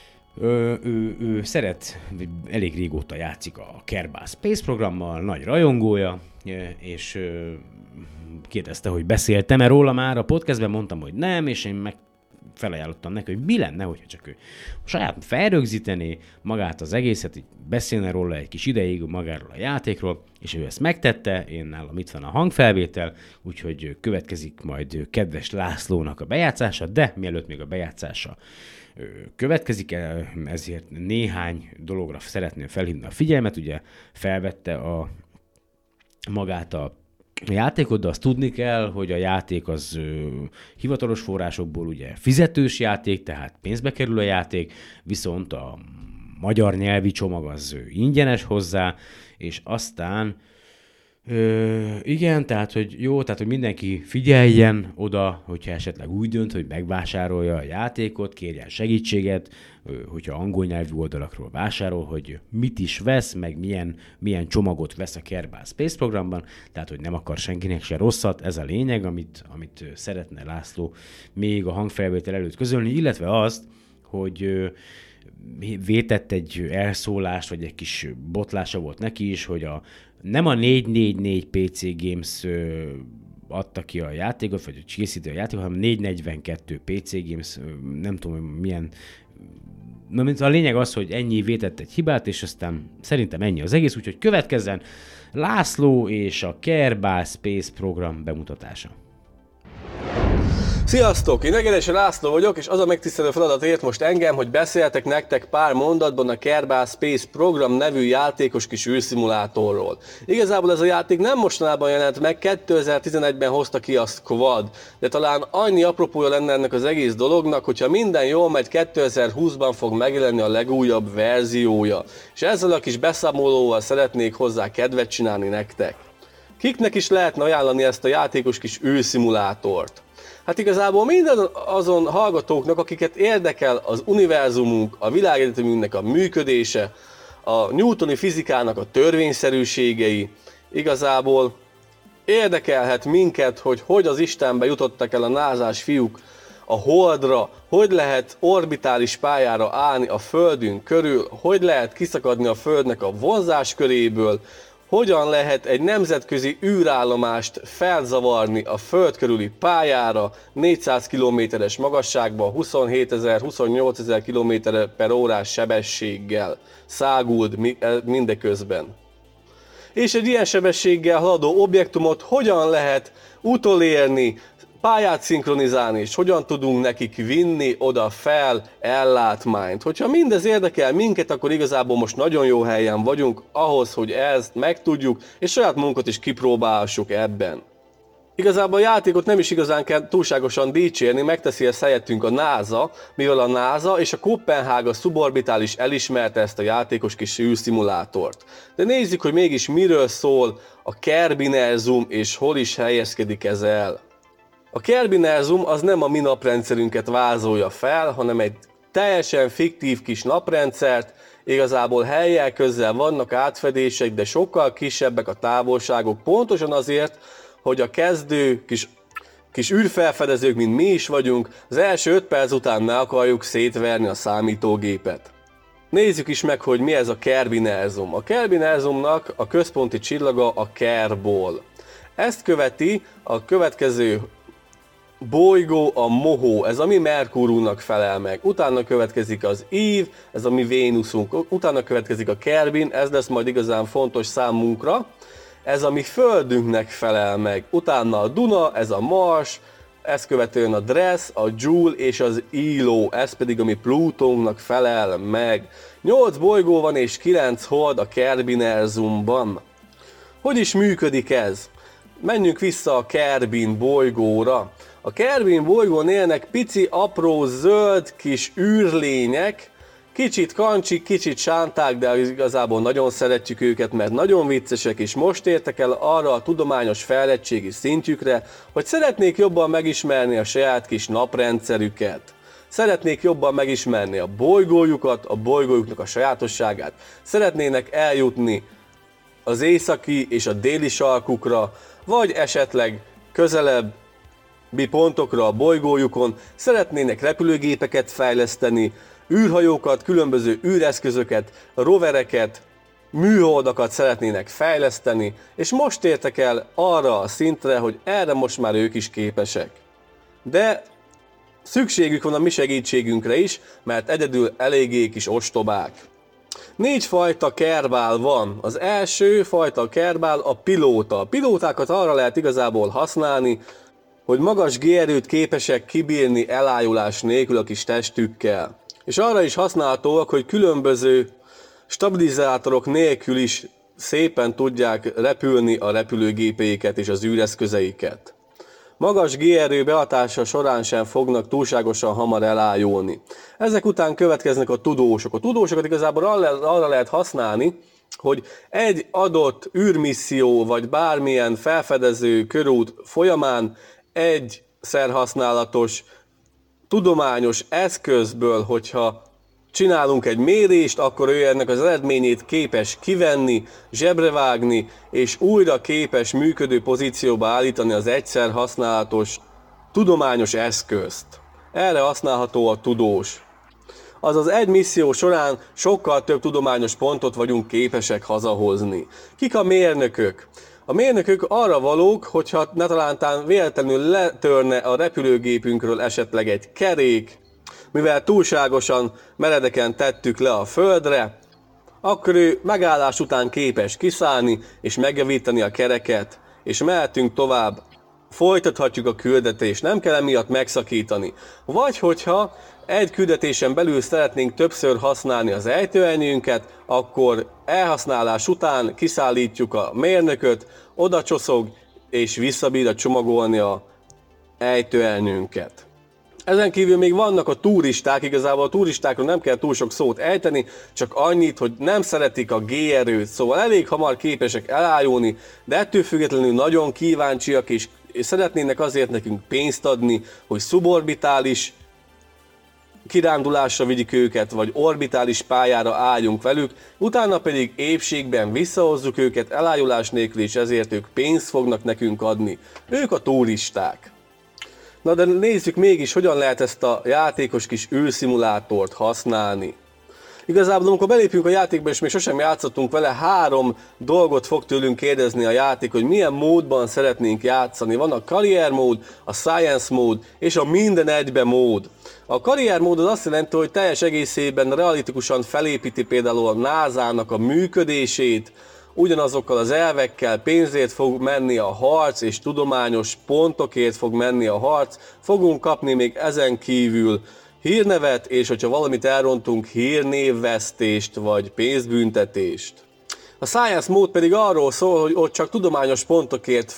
ő szeret, elég régóta játszik a Kerbal Space programmal, nagy rajongója, és kérdezte, hogy beszéltem-e róla már a podcastben, mondtam, hogy nem, és én meg felajánlottam neki, hogy mi lenne, hogyha csak ő saját felrögzítené magát az egészet, így beszélne róla egy kis ideig magáról a játékról, és ő ezt megtette, én nálam itt van a hangfelvétel, úgyhogy következik majd kedves Lászlónak a bejátszása, de mielőtt még a bejátszása következik, ezért néhány dologra szeretném felhívni a figyelmet, ugye felvette magát a játékot, de azt tudni kell, hogy a játék az hivatalos forrásokból ugye fizetős játék, tehát pénzbe kerül a játék, viszont a magyar nyelvi csomag az ingyenes hozzá, és aztán igen, tehát hogy mindenki figyeljen oda, hogyha esetleg úgy dönt, hogy megvásárolja a játékot, kérjen segítséget, hogyha angol nyelvű oldalakról vásárol, hogy mit is vesz, meg milyen csomagot vesz a Kerbal Space programban, tehát hogy nem akar senkinek se rosszat, ez a lényeg, amit szeretne László még a hangfelvétel előtt közölni, illetve azt, hogy vétett egy elszólást, vagy egy kis botlása volt neki is, hogy nem a 444 PC Games adta ki a játékot, vagy készíti a játékot, hanem 442 PC Games, nem tudom milyen. A lényeg az, hogy ennyi vétett egy hibát, és aztán szerintem ennyi az egész, úgyhogy következzen László és a Kerbal Space program bemutatása. Sziasztok! Én Egeresi László vagyok, és az a megtisztelő feladatért most engem, hogy beszéltek nektek pár mondatban a Kerbal Space Program nevű játékos kis űrszimulátorról. Igazából ez a játék nem mostanában jelent meg, 2011-ben hozta ki a Squad, de talán annyi apropója lenne ennek az egész dolognak, hogyha minden jól megy, 2020-ban fog megjelenni a legújabb verziója. És ezzel a kis beszámolóval szeretnék hozzá kedvet csinálni nektek. Kiknek is lehetne ajánlani ezt a játékos kis űrszimulátort? Hát igazából minden azon hallgatóknak, akiket érdekel az univerzumunk, a világegyetemünknek a működése, a newtoni fizikának a törvényszerűségei, igazából érdekelhet minket, hogy az Istenbe jutottak el a názás fiúk a Holdra, hogy lehet orbitális pályára állni a Földünk körül, hogy lehet kiszakadni a Földnek a vonzás köréből, hogyan lehet egy nemzetközi űrállomást felzavarni a Föld körüli pályára 400 km-es magasságban 27.000-28 000 km/h sebességgel száguld mindeközben. És egy ilyen sebességgel haladó objektumot hogyan lehet utolérni, pályát szinkronizálni, és hogyan tudunk nekik vinni oda fel ellátmányt. Hogyha mindez érdekel minket, akkor igazából most nagyon jó helyen vagyunk ahhoz, hogy ezt megtudjuk, és saját munkat is kipróbálhassuk ebben. Igazából a játékot nem is igazán kell túlságosan dicsérni, megteszi ezt helyettünk a NASA, mivel a NASA és a Koppenhága szuborbitális elismerte ezt a játékos kis űrszimulátort. De nézzük, hogy mégis miről szól a Kerbinerzum, és hol is helyezkedik ez el. A Kerbinerzum az nem a mi naprendszerünket vázolja fel, hanem egy teljesen fiktív kis naprendszert, igazából hellyel közel vannak átfedések, de sokkal kisebbek a távolságok, pontosan azért, hogy a kezdő kis űrfelfedezők, mint mi is vagyunk, az első 5 perc után ne akarjuk szétverni a számítógépet. Nézzük is meg, hogy mi ez a Kerbinerzum. A Kerbinerzumnak a központi csillaga a Kerbal. Ezt követi a következő bolygó, a Mohó, ez a mi Merkúrunknak felel meg. Utána következik az Eve, ez a mi Vénuszunk. Utána következik a Kerbin, ez lesz majd igazán fontos számunkra. Ez a mi Földünknek felel meg. Utána a Duna, ez a Mars, ezt követően a Dress, a Joule és az Io, ez pedig a mi Plutónknak felel meg. 8 bolygó van és 9 hold a Kerbinerzumban. Hogy is működik ez? Menjünk vissza a Kerbin bolygóra. A Kerbin bolygón élnek pici, apró, zöld kis űrlények, kicsit kancsik, kicsit sánták, de igazából nagyon szeretjük őket, mert nagyon viccesek, és most értek el arra a tudományos fejlettségi szintjükre, hogy szeretnék jobban megismerni a saját kis naprendszerüket. Szeretnék jobban megismerni a bolygójukat, a bolygójuknak a sajátosságát. Szeretnének eljutni az északi és a déli sarkukra, vagy esetleg közelebbi pontokra a bolygójukon, szeretnének repülőgépeket fejleszteni, űrhajókat, különböző űreszközöket, rovereket, műholdakat szeretnének fejleszteni, és most értek el arra a szintre, hogy erre most már ők is képesek. De szükségük van a mi segítségünkre is, mert egyedül eléggé kis ostobák. 4 fajta Kerbal van. Az első fajta Kerbal a pilóta. A pilótákat arra lehet igazából használni, hogy magas G-erőt képesek kibírni elájulás nélkül a kis testükkel. És arra is használhatóak, hogy különböző stabilizátorok nélkül is szépen tudják repülni a repülőgépeiket és az űreszközeiket. Magas G-erő beadása során sem fognak túlságosan hamar elájulni. Ezek után következnek a tudósok. A tudósokat igazából arra lehet használni, hogy egy adott űrmisszió vagy bármilyen felfedező körút folyamán egyszer használatos tudományos eszközből, hogyha csinálunk egy mérést, akkor ő ennek az eredményét képes kivenni, zsebrevágni, és újra képes működő pozícióba állítani az egyszer használatos tudományos eszközt. Erre használható a tudós. Azaz egy misszió során sokkal több tudományos pontot vagyunk képesek hazahozni. Kik a mérnökök? A mérnökök arra valók, hogyha ne talántán véletlenül letörne a repülőgépünkről esetleg egy kerék, mivel túlságosan meredeken tettük le a földre, akkor ő megállás után képes kiszállni és megjavítani a kereket, és mehetünk tovább folytathatjuk a küldetést, nem kell emiatt megszakítani. Vagy hogyha egy küldetésen belül szeretnénk többször használni az ejtőernyőnket, akkor elhasználás után kiszállítjuk a mérnököt, oda csoszog és visszabírja csomagolni a ejtőernyőnket. Ezen kívül még vannak a turisták, igazából a turistákról nem kell túl sok szót ejteni, csak annyit, hogy nem szeretik a G-erőt, szóval elég hamar képesek elájulni, de ettől függetlenül nagyon kíváncsiak és szeretnének azért nekünk pénzt adni, hogy szuborbitális kirándulásra vigyük őket, vagy orbitális pályára álljunk velük, utána pedig épségben visszahozzuk őket elájulás nélkül, és ezért ők pénzt fognak nekünk adni. Ők a turisták. Na de nézzük mégis, hogyan lehet ezt a játékos kis űrszimulátort használni. Igazából amikor belépünk a játékba, és még sosem játszottunk vele, 3 dolgot fog tőlünk kérdezni a játék, hogy milyen módban szeretnénk játszani. Van a karrier mód, a science mód és a minden egybe mód. A karrier mód az azt jelenti, hogy teljes egészében realitikusan felépíti például a NASA-nak a működését, ugyanazokkal az elvekkel, pénzért fog menni a harc, és tudományos pontokért fog menni a harc. Fogunk kapni még ezen kívül hírnevet, és hogyha valamit elrontunk, hírnévvesztést vagy pénzbüntetést. A Science mód pedig arról szól, hogy ott csak tudományos pontokért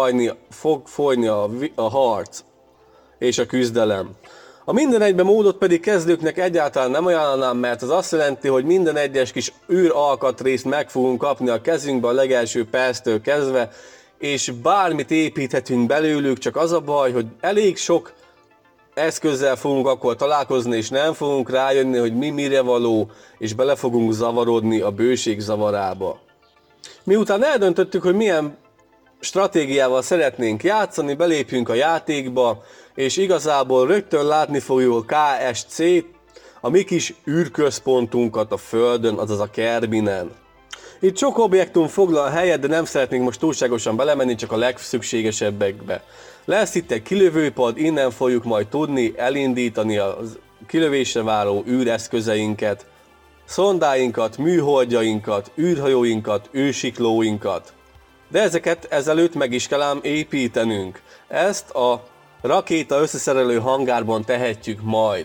fog folyni a harc és a küzdelem. A minden egyben módot pedig kezdőknek egyáltalán nem ajánlanám, mert az azt jelenti, hogy minden egyes kis űralkatrészt meg fogunk kapni a kezünkbe a legelső perctől kezdve, és bármit építhetünk belőlük, csak az a baj, hogy elég sok eszközzel fogunk akkor találkozni, és nem fogunk rájönni, hogy mi mire való, és bele fogunk zavarodni a bőség zavarába. Miután eldöntöttük, hogy milyen stratégiával szeretnénk játszani, belépjünk a játékba, és igazából rögtön látni fogjuk a KSC-t, a mi kis űrközpontunkat a Földön, azaz a Kerbinen. Itt sok objektum foglal helyet, de nem szeretnénk most túlságosan belemenni, csak a legszükségesebbekbe. Lesz itt egy kilövőpad, innen fogjuk majd tudni elindítani a kilövésre váró űreszközeinket, szondáinkat, műholdjainkat, űrhajóinkat, űrsiklóinkat. De ezeket ezelőtt meg is kell ám építenünk. Ezt a rakéta összeszerelő hangárban tehetjük majd.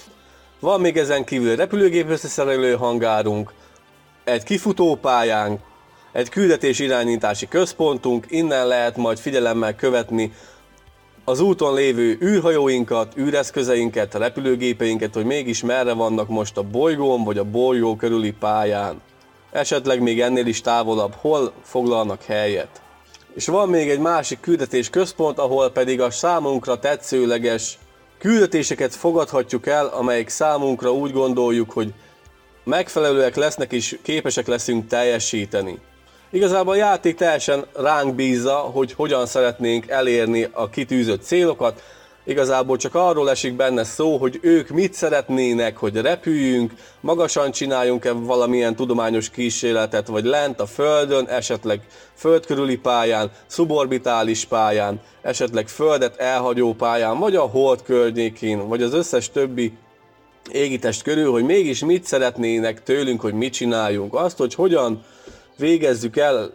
Van még ezen kívül repülőgép összeszerelő hangárunk, egy kifutópályánk, egy küldetés irányítási központunk, innen lehet majd figyelemmel követni az úton lévő űrhajóinkat, űreszközeinket, repülőgépeinket, hogy mégis merre vannak most a bolygón vagy a bolygó körüli pályán. Esetleg még ennél is távolabb, hol foglalnak helyet. És van még egy másik küldetés központ, ahol pedig a számunkra tetszőleges küldetéseket fogadhatjuk el, amelyek számunkra úgy gondoljuk, hogy megfelelőek lesznek és képesek leszünk teljesíteni. Igazából a játék teljesen ránk bízza, hogy hogyan szeretnénk elérni a kitűzött célokat. Igazából csak arról esik benne szó, hogy ők mit szeretnének, hogy repüljünk, magasan csináljunk-e valamilyen tudományos kísérletet, vagy lent a Földön, esetleg föld körüli pályán, szuborbitális pályán, esetleg Földet elhagyó pályán, vagy a Hold környékén, vagy az összes többi égitest körül, hogy mégis mit szeretnének tőlünk, hogy mit csináljunk. Azt, hogy hogyan végezzük el,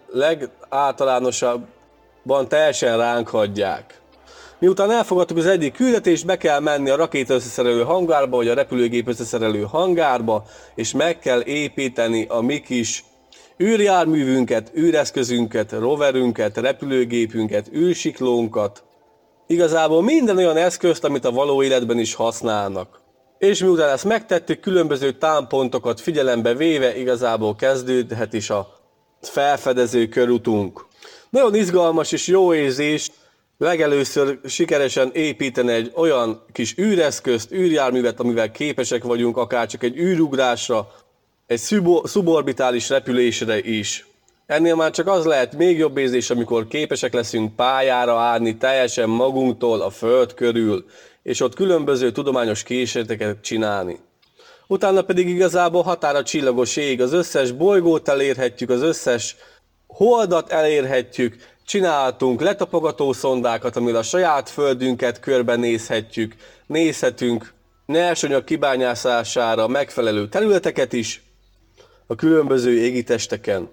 legáltalánosabban teljesen ránk hagyják. Miután elfogadtuk az egyik küldetést, be kell menni a rakéta összeszerelő hangárba, vagy a repülőgép összeszerelő hangárba, és meg kell építeni a mi kis űrjárművünket, űreszközünket, roverünket, repülőgépünket, űrsiklónkat. Igazából minden olyan eszközt, amit a való életben is használnak. És miután ezt megtettük, különböző támpontokat figyelembe véve, igazából kezdődhet is a felfedező körutunk. Nagyon izgalmas és jó érzés legelőször sikeresen építeni egy olyan kis űreszközt, űrjárművet, amivel képesek vagyunk akár csak egy űrugrásra, egy szuborbitális repülésre is. Ennél már csak az lehet még jobb érzés, amikor képesek leszünk pályára állni teljesen magunktól a Föld körül, és ott különböző tudományos kísérleteket csinálni. Utána pedig igazából határa csillagos ég, az összes bolygót elérhetjük, az összes holdat elérhetjük, csinálhatunk letapogató szondákat, amivel a saját földünket körbenézhetjük, nézhetünk nyersanyag kibányászására megfelelő területeket is a különböző égitesteken.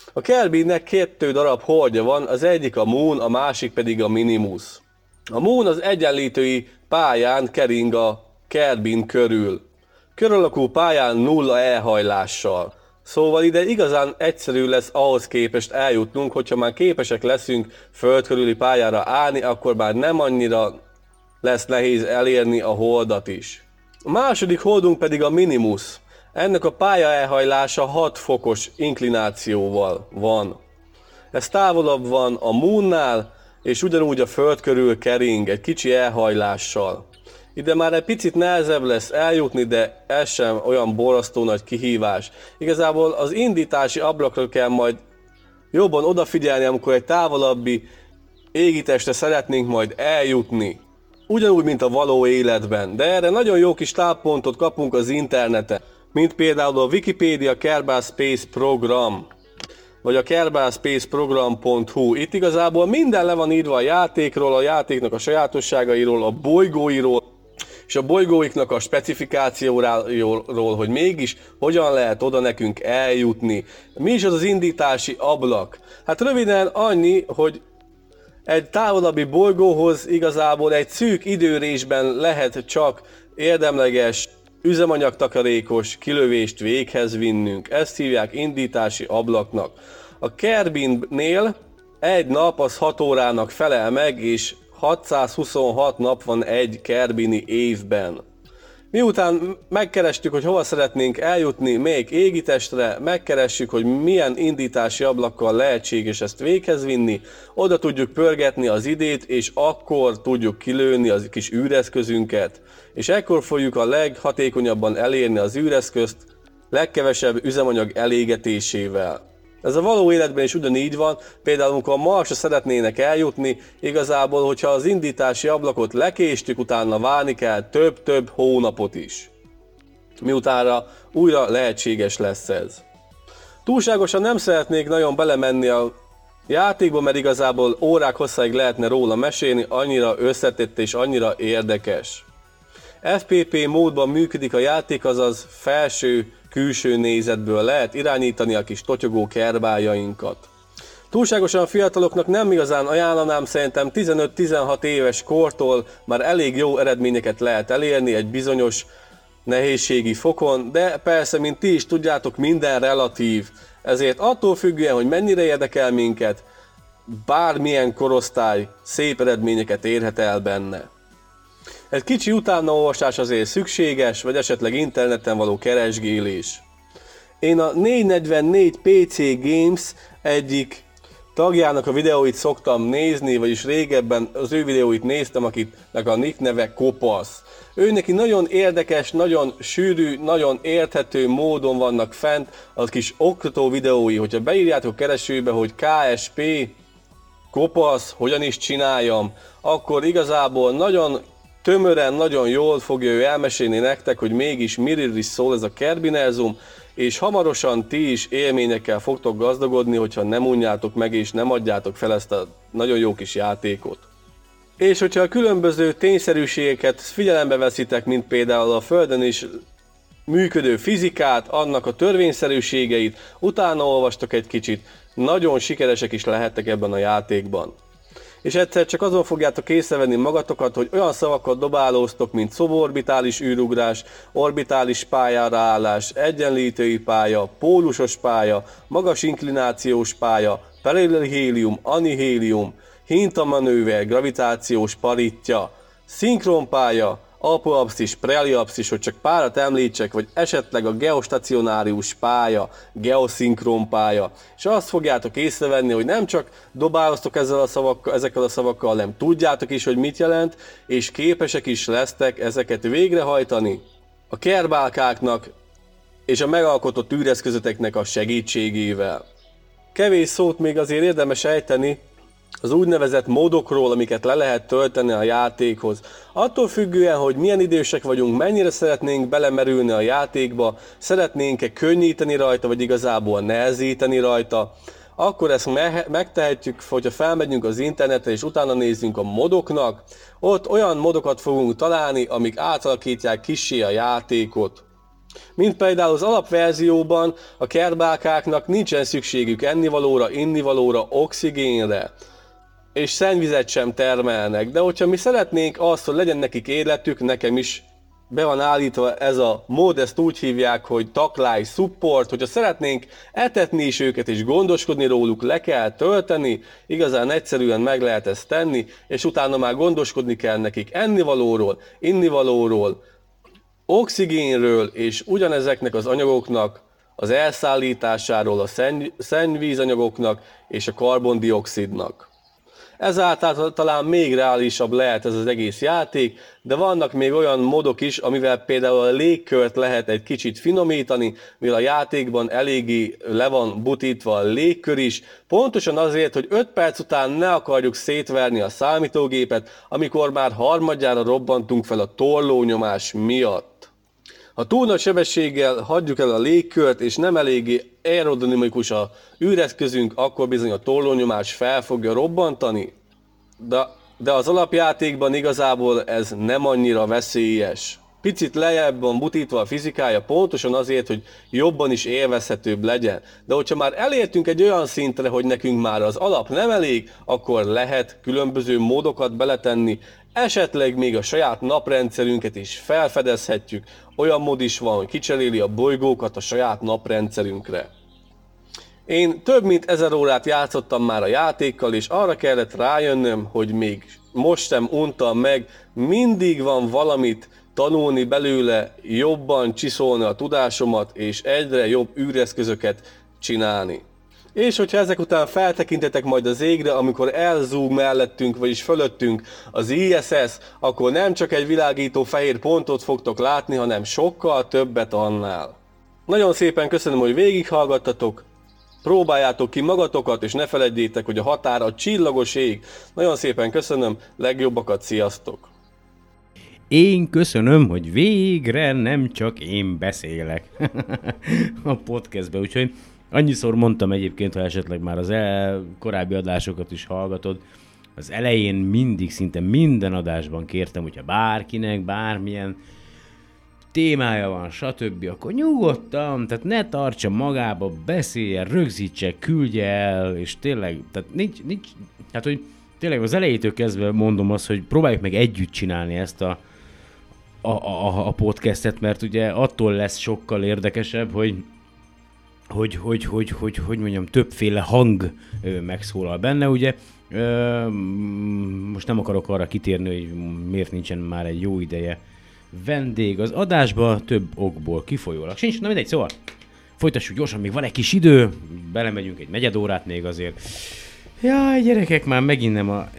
A Kerbinnek 2 darab holdja van, az egyik a Moon, a másik pedig a Minimus. A Moon az egyenlítői pályán kering a Kerbin körül. Kör alakú pályán 0 elhajlással. Szóval ide igazán egyszerű lesz ahhoz képest eljutnunk, hogyha már képesek leszünk föld körüli pályára állni, akkor már nem annyira lesz nehéz elérni a holdat is. A második holdunk pedig a Minimus. Ennek a pálya elhajlása 6 fokos inklinációval van. Ez távolabb van a Moonnál, és ugyanúgy a föld körül kering egy kicsi elhajlással. Ide már egy picit nehezebb lesz eljutni, de ez sem olyan borzasztó nagy kihívás. Igazából az indítási ablakra kell majd jobban odafigyelni, amikor egy távolabbi égitestre szeretnénk majd eljutni. Ugyanúgy, mint a való életben, de erre nagyon jó kis táppontot kapunk az interneten, mint például a Wikipedia Kerbal Space Program, vagy a kerbalspaceprogram.hu. Itt igazából minden le van írva a játékról, a játéknak a sajátosságairól, a bolygóiról, és a bolygóiknak a specifikációról, hogy mégis hogyan lehet oda nekünk eljutni. Mi is az az indítási ablak? Hát röviden annyi, hogy egy távolabbi bolygóhoz igazából egy szűk időrésben lehet csak érdemleges, üzemanyagtakarékos kilövést véghez vinnünk. Ezt hívják indítási ablaknak. A Kerbinnél egy nap az 6 órának felel meg, és 626 nap van egy kerbini évben. Miután megkerestük, hogy hova szeretnénk eljutni, még égitestre, megkeressük, hogy milyen indítási ablakkal lehetséges ezt véghez vinni, oda tudjuk pörgetni az idét, és akkor tudjuk kilőni az kis űreszközünket, és ekkor fogjuk a leghatékonyabban elérni az űreszközt legkevesebb üzemanyag elégetésével. Ez a való életben is ugyanígy van, például amikor a Marsra szeretnének eljutni, igazából, hogyha az indítási ablakot lekéstük, utána várni kell több-több hónapot is. Miutánra újra lehetséges lesz ez. Túlságosan nem szeretnék nagyon belemenni a játékba, mert igazából órák hosszáig lehetne róla mesélni, annyira összetett és annyira érdekes. FPP módban működik a játék, azaz felső-külső nézetből lehet irányítani a kis totyogó kerbáljainkat. Túlságosan fiataloknak nem igazán ajánlanám, szerintem 15-16 éves kortól már elég jó eredményeket lehet elérni egy bizonyos nehézségi fokon, de persze, mint ti is tudjátok, minden relatív. Ezért attól függően, hogy mennyire érdekel minket, bármilyen korosztály szép eredményeket érhet el benne. Egy kicsi utánaolvasás azért szükséges, vagy esetleg interneten való keresgélés. Én a 444 PC Games egyik tagjának a videóit szoktam nézni, vagyis régebben az ő videóit néztem, akitnek a nick neve Kopasz. Ő neki nagyon érdekes, nagyon sűrű, nagyon érthető módon vannak fent az kis oktató videói. Hogyha beírjátok keresőbe, hogy KSP Kopasz, hogyan is csináljam, akkor igazából nagyon tömören, nagyon jól fogja ő elmesélni nektek, hogy mégis miről is szól ez a Kerbinerzum, és hamarosan ti is élményekkel fogtok gazdagodni, hogyha nem unjátok meg és nem adjátok fel ezt a nagyon jó kis játékot. És hogyha a különböző tényszerűségeket figyelembe veszitek, mint például a Földön is működő fizikát, annak a törvényszerűségeit, utána olvastok egy kicsit, nagyon sikeresek is lehettek ebben a játékban. És egyszer csak azon fogjátok észrevenni magatokat, hogy olyan szavakat dobálóztok, mint szuborbitális űrugrás, orbitális pályára állás, egyenlítői pálya, pólusos pálya, magas inklinációs pálya, perihélium, anihélium, hintamanőver, gravitációs paritja, szinkronpálya, apoapszis, prealiapszis, hogy csak párat említsek, vagy esetleg a geostacionárius pálya, geoszinkron pálya. És azt fogjátok észrevenni, hogy nem csak dobáloztok ezekkel a szavakkal, hanem tudjátok is, hogy mit jelent, és képesek is lesztek ezeket végrehajtani a kerbálkáknak és a megalkotott űreszközöteknek a segítségével. Kevés szót még azért érdemes ejteni az úgynevezett módokról, amiket le lehet tölteni a játékhoz. Attól függően, hogy milyen idősek vagyunk, mennyire szeretnénk belemerülni a játékba, szeretnénk-e könnyíteni rajta, vagy igazából nehezíteni rajta, akkor ezt megtehetjük, hogyha felmegyünk az internetre és utána nézzünk a modoknak. Ott olyan modokat fogunk találni, amik átalakítják kissé a játékot. Mint például az alapverzióban a kerbákáknak nincsen szükségük ennivalóra, innivalóra, oxigénre, és szennyvizet sem termelnek. De hogyha mi szeretnénk azt, hogy legyen nekik életük, nekem is be van állítva ez a mód, ezt úgy hívják, hogy takláj support, hogyha szeretnénk etetni is őket és gondoskodni róluk, le kell tölteni, igazán egyszerűen meg lehet ezt tenni, és utána már gondoskodni kell nekik ennivalóról, innivalóról, oxigénről, és ugyanezeknek az anyagoknak az elszállításáról, a szennyvízanyagoknak és a karbondioxidnak. Ezáltal talán még reálisabb lehet ez az egész játék, de vannak még olyan modok is, amivel például a légkört lehet egy kicsit finomítani, mivel a játékban eléggé le van butítva a légkör is, pontosan azért, hogy 5 perc után ne akarjuk szétverni a számítógépet, amikor már harmadjára robbantunk fel a torlónyomás miatt. Ha túl nagy sebességgel hagyjuk el a légkört, és nem eléggé aerodinamikus a űreszközünk, akkor bizony a torlónyomás fel fogja robbantani. De az alapjátékban igazából ez nem annyira veszélyes. Picit lejjebb van butítva a fizikája pontosan azért, hogy jobban is élvezhetőbb legyen. De hogyha már elértünk egy olyan szintre, hogy nekünk már az alap nem elég, akkor lehet különböző módokat beletenni, esetleg még a saját naprendszerünket is felfedezhetjük. Olyan mód is van, hogy kicseréli a bolygókat a saját naprendszerünkre. Én több mint 1000 órát játszottam már a játékkal, és arra kellett rájönnöm, hogy még most sem untam meg, mindig van valamit tanulni belőle, jobban csiszolni a tudásomat, és egyre jobb űreszközöket csinálni. És hogyha ezek után feltekintetek majd az égre, amikor elzúg mellettünk, vagyis fölöttünk az ISS, akkor nem csak egy világító fehér pontot fogtok látni, hanem sokkal többet annál. Nagyon szépen köszönöm, hogy végighallgattatok, próbáljátok ki magatokat, és ne feledjétek, hogy a határ a csillagos ég. Nagyon szépen köszönöm, legjobbakat, sziasztok! Én köszönöm, hogy végre nem csak én beszélek a podcastbe, úgyhogy annyiszor mondtam egyébként, ha esetleg már az korábbi adásokat is hallgatod, az elején mindig, szinte minden adásban kértem, hogyha bárkinek bármilyen témája van, stb., akkor nyugodtan, tehát ne tartsa magába, beszéljen, rögzítse, küldje el, és tényleg, tehát nincs, hát hogy tényleg az elejétől kezdve mondom azt, hogy próbáljuk meg együtt csinálni ezt a podcastet, mert ugye attól lesz sokkal érdekesebb, hogy mondjam, többféle hang megszólal benne, ugye. Most nem akarok arra kitérni, hogy miért nincsen már egy jó ideje vendég az adásba, több okból kifolyólag sincs, na mindegy, szóval folytassuk gyorsan, még van egy kis idő, belemegyünk egy negyedórát még azért. Jaj, gyerekek, már megint nem a...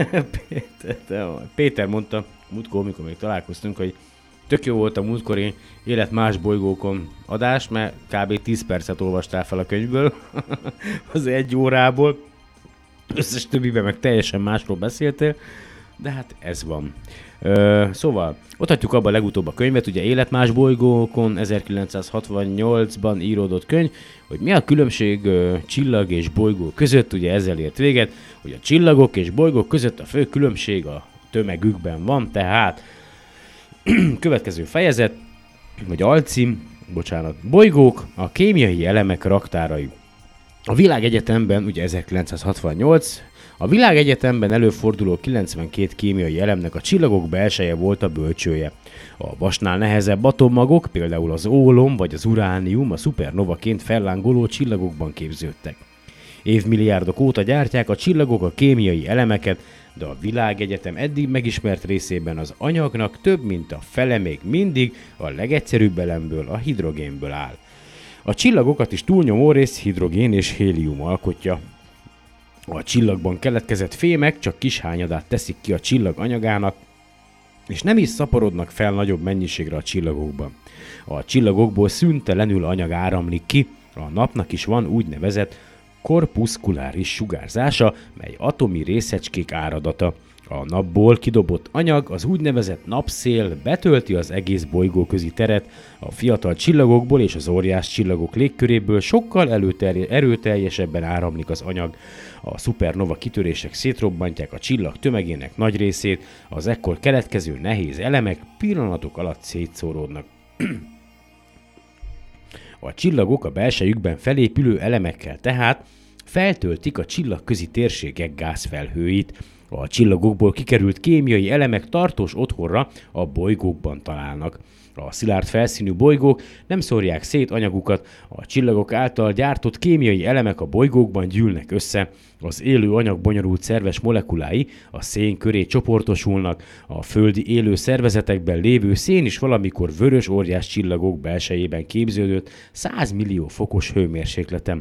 Péter mondta múltkor, mikor még találkoztunk, hogy tök jó volt a múltkori Élet más bolygókon adás, mert kb. 10 percet olvastál fel a könyvből az 1 órából. Összes többiben meg teljesen másról beszéltél, de hát ez van. Szóval, ott hagyjuk abba legutóbb a könyvet, ugye Élet más bolygókon 1968-ban íródott könyv, hogy mi a különbség csillag és bolygó között, ugye ezzel ért véget, hogy a csillagok és bolygók között a fő különbség a tömegükben van, tehát következő fejezet, vagy alcím, bolygók, a kémiai elemek raktárai. A világegyetemben, ugye 1968, a világegyetemben előforduló 92 kémiai elemnek a csillagok belseje volt a bölcsője. A vasnál nehezebb atommagok, például az ólom vagy az uránium a szupernovaként fellángoló csillagokban képződtek. Évmilliárdok óta gyártják a csillagok a kémiai elemeket, de a világegyetem eddig megismert részében az anyagnak több mint a fele még mindig a legegyszerűbb elemből, a hidrogénből áll. A csillagokat is túlnyomó rész hidrogén és hélium alkotja. A csillagban keletkezett fémek csak kis hányadát teszik ki a csillag anyagának, és nem is szaporodnak fel nagyobb mennyiségre a csillagokban. A csillagokból szüntelenül anyag áramlik ki, a napnak is van úgynevezett korpuszkuláris sugárzása, mely atomi részecskék áradata. A napból kidobott anyag, az úgynevezett napszél betölti az egész bolygóközi teret, a fiatal csillagokból és az óriás csillagok légköréből sokkal erőteljesebben áramlik az anyag. A szupernova kitörések szétrobbantják a csillag tömegének nagy részét, az ekkor keletkező nehéz elemek pillanatok alatt szétszóródnak. A csillagok a belsejükben felépülő elemekkel tehát feltöltik a csillagközi térségek gázfelhőit. A csillagokból kikerült kémiai elemek tartós otthonra a bolygókban találnak. A szilárd felszínű bolygók nem szórják szét anyagukat, a csillagok által gyártott kémiai elemek a bolygókban gyűlnek össze, az élő anyag bonyolult szerves molekulái a szén köré csoportosulnak, a földi élő szervezetekben lévő szén is valamikor vörös óriás csillagok belsejében képződött 100 millió fokos hőmérsékleten.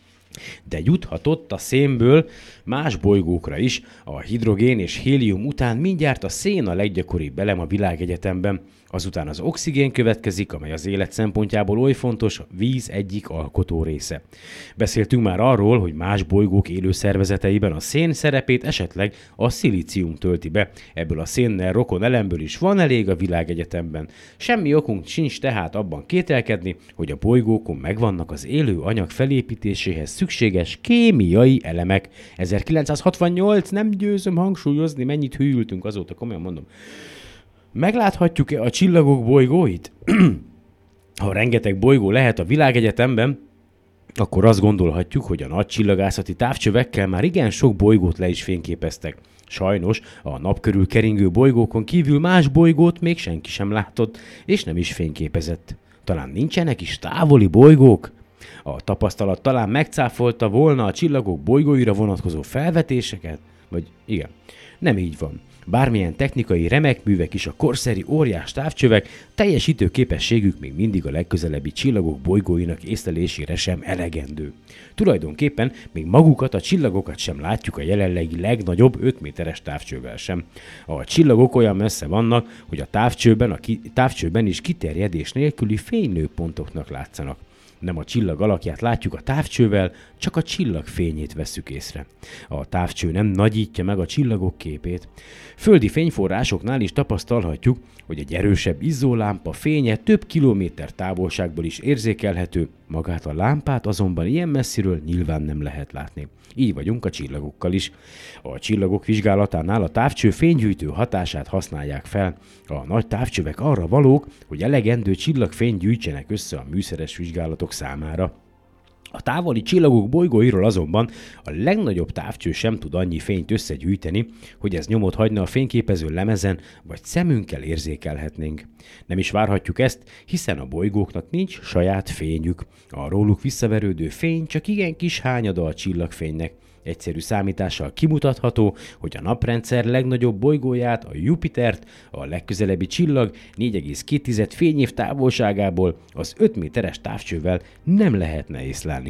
De juthatott a szénből más bolygókra is, a hidrogén és hélium után mindjárt a szén a leggyakoribb elem a világegyetemben. Azután az oxigén következik, amely az élet szempontjából oly fontos, a víz egyik alkotó része. Beszéltünk már arról, hogy más bolygók élő szervezeteiben a szén szerepét esetleg a szilícium tölti be. Ebből a szénnel rokon elemből is van elég a világegyetemben. Semmi okunk sincs tehát abban kételkedni, hogy a bolygókon megvannak az élő anyag felépítéséhez szükséges kémiai elemek. 1968, nem győzöm hangsúlyozni, mennyit hűltünk azóta, komolyan mondom. Megláthatjuk-e a csillagok bolygóit? Ha rengeteg bolygó lehet a világegyetemben, akkor azt gondolhatjuk, hogy a nagy csillagászati távcsövekkel már igen sok bolygót le is fényképeztek. Sajnos a nap körül keringő bolygókon kívül más bolygót még senki sem látott, és nem is fényképezett. Talán nincsenek is távoli bolygók? A tapasztalat talán megcáfolta volna a csillagok bolygóira vonatkozó felvetéseket? Vagy igen, nem így van. Bármilyen technikai remekművek is a korszeri óriás távcsövek, teljesítő képességük még mindig a legközelebbi csillagok bolygóinak észlelésére sem elegendő. Tulajdonképpen még magukat, a csillagokat sem látjuk a jelenlegi legnagyobb 5 méteres távcsővel sem. A csillagok olyan messze vannak, hogy a távcsőben is kiterjedés nélküli fénylőpontoknak látszanak. Nem a csillag alakját látjuk a távcsővel, csak a csillag fényét vesszük észre. A távcső nem nagyítja meg a csillagok képét. Földi fényforrásoknál is tapasztalhatjuk, hogy egy erősebb izzólámpa fénye több kilométer távolságból is érzékelhető, magát a lámpát azonban ilyen messziről nyilván nem lehet látni. Így vagyunk a csillagokkal is. A csillagok vizsgálatánál a távcső fénygyűjtő hatását használják fel. A nagy távcsövek arra valók, hogy elegendő csillagfényt gyűjtsenek össze a műszeres vizsgálatok számára. A távoli csillagok bolygóiról azonban a legnagyobb távcső sem tud annyi fényt összegyűjteni, hogy ez nyomot hagyna a fényképező lemezen, vagy szemünkkel érzékelhetnénk. Nem is várhatjuk ezt, hiszen a bolygóknak nincs saját fényük. A róluk visszaverődő fény csak igen kis hányada a csillagfénynek. Egyszerű számítással kimutatható, hogy a naprendszer legnagyobb bolygóját, a Jupitert, a legközelebbi csillag 4,2 fényév távolságából az 5 méteres távcsővel nem lehetne észlelni.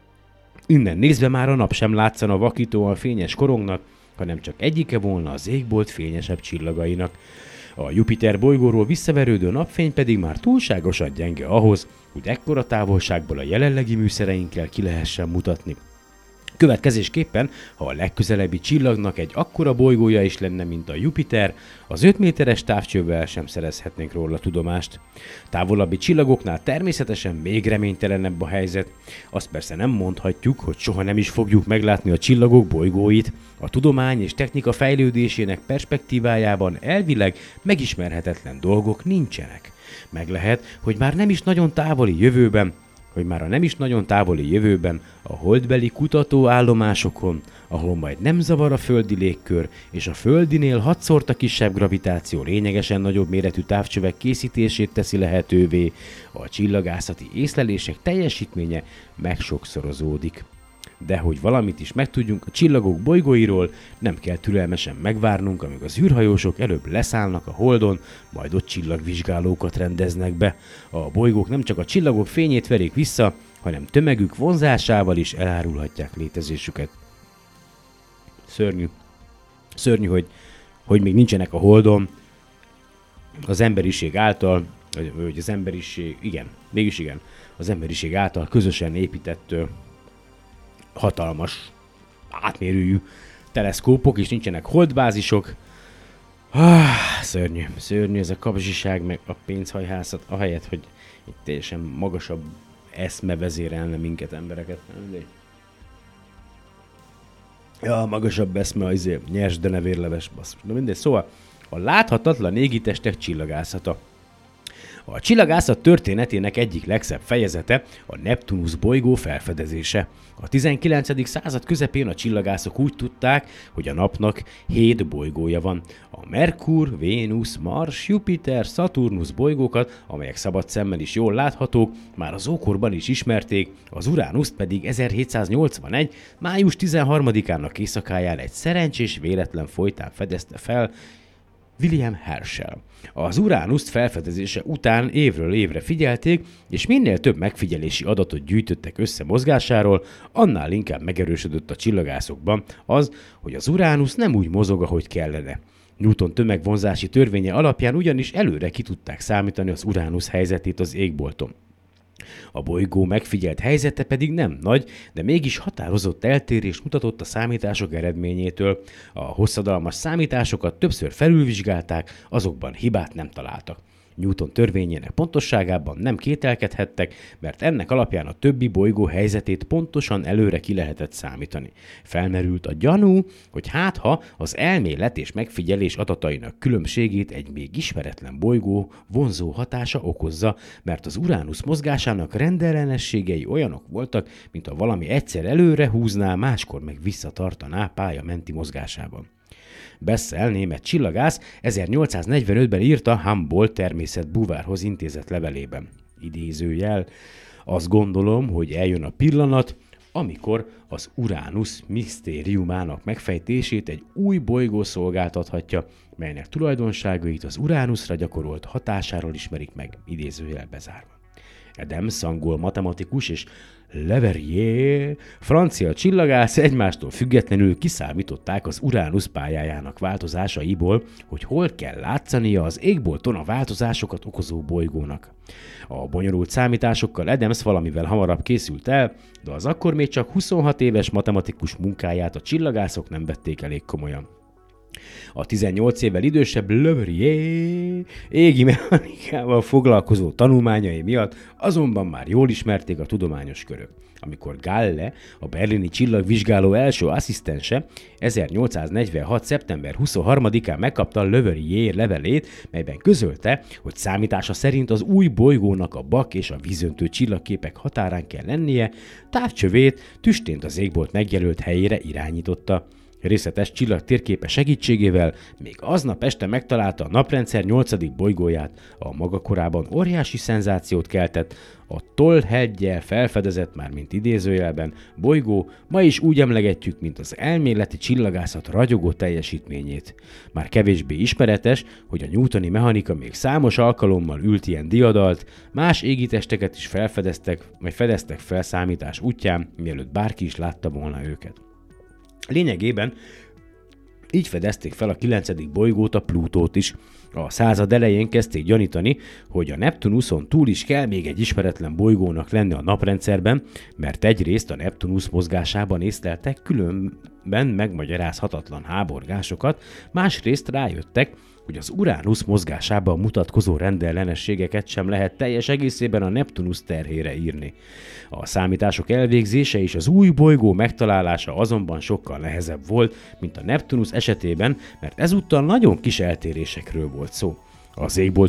Innen nézve már a nap sem látszana vakítóan fényes korongnak, hanem csak egyike volna az égbolt fényesebb csillagainak. A Jupiter bolygóról visszaverődő napfény pedig már túlságosan gyenge ahhoz, hogy ekkora távolságból a jelenlegi műszereinkkel ki lehessen mutatni. Következésképpen, ha a legközelebbi csillagnak egy akkora bolygója is lenne, mint a Jupiter, az 5 méteres távcsővel sem szerezhetnénk róla tudomást. Távolabbi csillagoknál természetesen még reménytelenebb a helyzet. Azt persze nem mondhatjuk, hogy soha nem is fogjuk meglátni a csillagok bolygóit. A tudomány és technika fejlődésének perspektívájában elvileg megismerhetetlen dolgok nincsenek. Meg lehet, hogy már nem is nagyon távoli jövőben, a holdbeli kutatóállomásokon, ahol majd nem zavar a földi légkör, és a földinél 6-szor kisebb gravitáció lényegesen nagyobb méretű távcsövek készítését teszi lehetővé, a csillagászati észlelések teljesítménye megsokszorozódik. De hogy valamit is megtudjunk a csillagok bolygóiról, nem kell türelmesen megvárnunk, amíg az űrhajósok előbb leszállnak a Holdon, majd ott csillagvizsgálókat rendeznek be. A bolygók nem csak a csillagok fényét verik vissza, hanem tömegük vonzásával is elárulhatják létezésüket. Szörnyű, hogy még nincsenek a Holdon az emberiség által, vagy az emberiség, igen, az emberiség által közösen épített hatalmas, átmérőjű teleszkópok, és nincsenek holdbázisok. Szörnyű ez a kapzsiság, meg a pénzhajhászat, ahelyett, hogy egy teljesen magasabb eszme vezérelne minket, embereket. Ja, magasabb eszme, azért nyers, de ne vérleves, basszus. Na mindegy, szóval a láthatatlan égitestek csillagászata. A csillagászat történetének egyik legszebb fejezete a Neptunusz bolygó felfedezése. A 19. század közepén a csillagászok úgy tudták, hogy a napnak 7 bolygója van. A Merkur, Vénusz, Mars, Jupiter, Szaturnusz bolygókat, amelyek szabad szemmel is jól láthatók, már az ókorban is ismerték, az Uránuszt pedig 1781. május 13-ának éjszakáján egy szerencsés véletlen folytán fedezte fel William Herschel. Az Uránuszt felfedezése után évről évre figyelték, és minél több megfigyelési adatot gyűjtöttek össze mozgásáról, annál inkább megerősödött a csillagászokban az, hogy az Uránusz nem úgy mozog, ahogy kellene. Newton tömegvonzási törvénye alapján ugyanis előre ki tudták számítani az Uránusz helyzetét az égbolton. A bolygó megfigyelt helyzete pedig nem nagy, de mégis határozott eltérést mutatott a számítások eredményétől. A hosszadalmas számításokat többször felülvizsgálták, azokban hibát nem találtak. Newton törvényének pontosságában nem kételkedhettek, mert ennek alapján a többi bolygó helyzetét pontosan előre ki lehetett számítani. Felmerült a gyanú, hogy hátha az elmélet és megfigyelés adatainak különbségét egy még ismeretlen bolygó vonzó hatása okozza, mert az Uránusz mozgásának rendellenességei olyanok voltak, mint ha valami egyszer előre húzná, máskor meg visszatartaná pálya menti mozgásában. Bessel, német csillagász 1845-ben írta Humboldt természetbúvárhoz intézett levelében. Idézőjel: azt gondolom, hogy eljön a pillanat, amikor az Uránusz misztériumának megfejtését egy új bolygó szolgáltathatja, melynek tulajdonságait az Uránuszra gyakorolt hatásáról ismerik meg, idézőjel bezárva. Adams, angol matematikus, és Leverrier, francia csillagász egymástól függetlenül kiszámították az Uránusz pályájának változásaiból, hogy hol kell látszania az égbolton a változásokat okozó bolygónak. A bonyolult számításokkal Adams valamivel hamarabb készült el, de az akkor még csak 26 éves matematikus munkáját a csillagászok nem vették elég komolyan. A 18 évvel idősebb Leverrier égi mechanikával foglalkozó tanulmányai miatt azonban már jól ismerték a tudományos körök. Amikor Galle, a berlini csillagvizsgáló első asszisztense 1846. szeptember 23-án megkapta Leverrier levelét, melyben közölte, hogy számítása szerint az új bolygónak a Bak és a vízöntő csillagképek határán kell lennie, távcsövét tüstént az égbolt megjelölt helyére irányította. Részletes csillagtérképe segítségével még aznap este megtalálta a naprendszer 8. bolygóját, a maga korában óriási szenzációt keltett, a Toll-heggyel felfedezett, már mint idézőjelben, bolygó ma is úgy emlegetjük, mint az elméleti csillagászat ragyogó teljesítményét. Már kevésbé ismeretes, hogy a newtoni mechanika még számos alkalommal ült ilyen diadalt, más égitesteket is felfedeztek, vagy fedeztek fel számítás útján, mielőtt bárki is látta volna őket. Lényegében így fedezték fel a 9. bolygót, a Plutót is. A század elején kezdték gyanítani, hogy a Neptunuszon túl is kell még egy ismeretlen bolygónak lenni a naprendszerben, mert egyrészt a Neptunusz mozgásában észleltek különben megmagyarázhatatlan háborgásokat, másrészt rájöttek, hogy az Uránusz mozgásában mutatkozó rendellenességeket sem lehet teljes egészében a Neptunusz terhére írni. A számítások elvégzése és az új bolygó megtalálása azonban sokkal nehezebb volt, mint a Neptunusz esetében, mert ezúttal nagyon kis eltérésekről volt szó. Az égbolt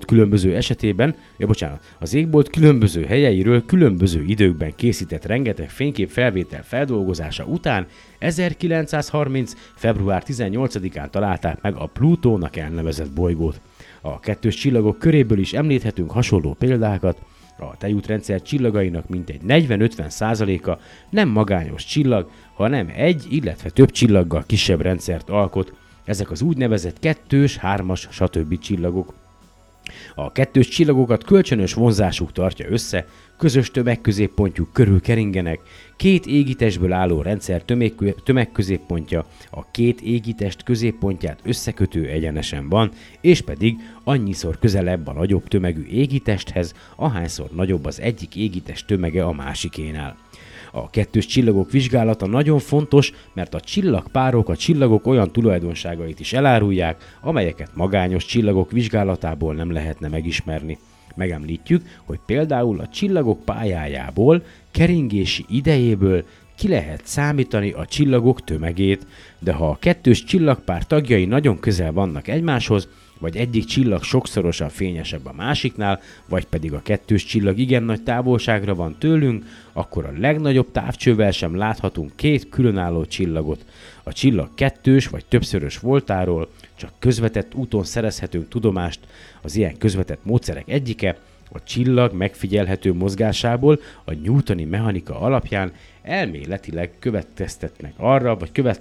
különböző helyeiről különböző időkben készített rengeteg fényképfelvétel feldolgozása után 1930. február 18-án találták meg a Plutónak elnevezett bolygót. A kettős csillagok köréből is említhetünk hasonló példákat. A tejútrendszer csillagainak mintegy 40-50%-a nem magányos csillag, hanem egy, illetve több csillaggal kisebb rendszert alkot. Ezek az úgynevezett kettős, hármas, stb. Csillagok. A kettős csillagokat kölcsönös vonzásuk tartja össze, közös tömegközéppontjuk körül keringenek, két égitestből álló rendszer tömegközéppontja a két égitest középpontját összekötő egyenesen van, és pedig annyiszor közelebb a nagyobb tömegű égitesthez, ahányszor nagyobb az egyik égitest tömege a másikénál. A kettős csillagok vizsgálata nagyon fontos, mert a csillagpárok a csillagok olyan tulajdonságait is elárulják, amelyeket magányos csillagok vizsgálatából nem lehetne megismerni. Megemlítjük, hogy például a csillagok pályájából, keringési idejéből ki lehet számítani a csillagok tömegét, de ha a kettős csillagpár tagjai nagyon közel vannak egymáshoz, vagy egyik csillag sokszorosan fényesebb a másiknál, vagy pedig a kettős csillag igen nagy távolságra van tőlünk, akkor a legnagyobb távcsővel sem láthatunk két különálló csillagot. A csillag kettős vagy többszörös voltáról csak közvetett úton szerezhetünk tudomást. Az ilyen közvetett módszerek egyike, a csillag megfigyelhető mozgásából a newtoni mechanika alapján elméletileg következtetnek arra,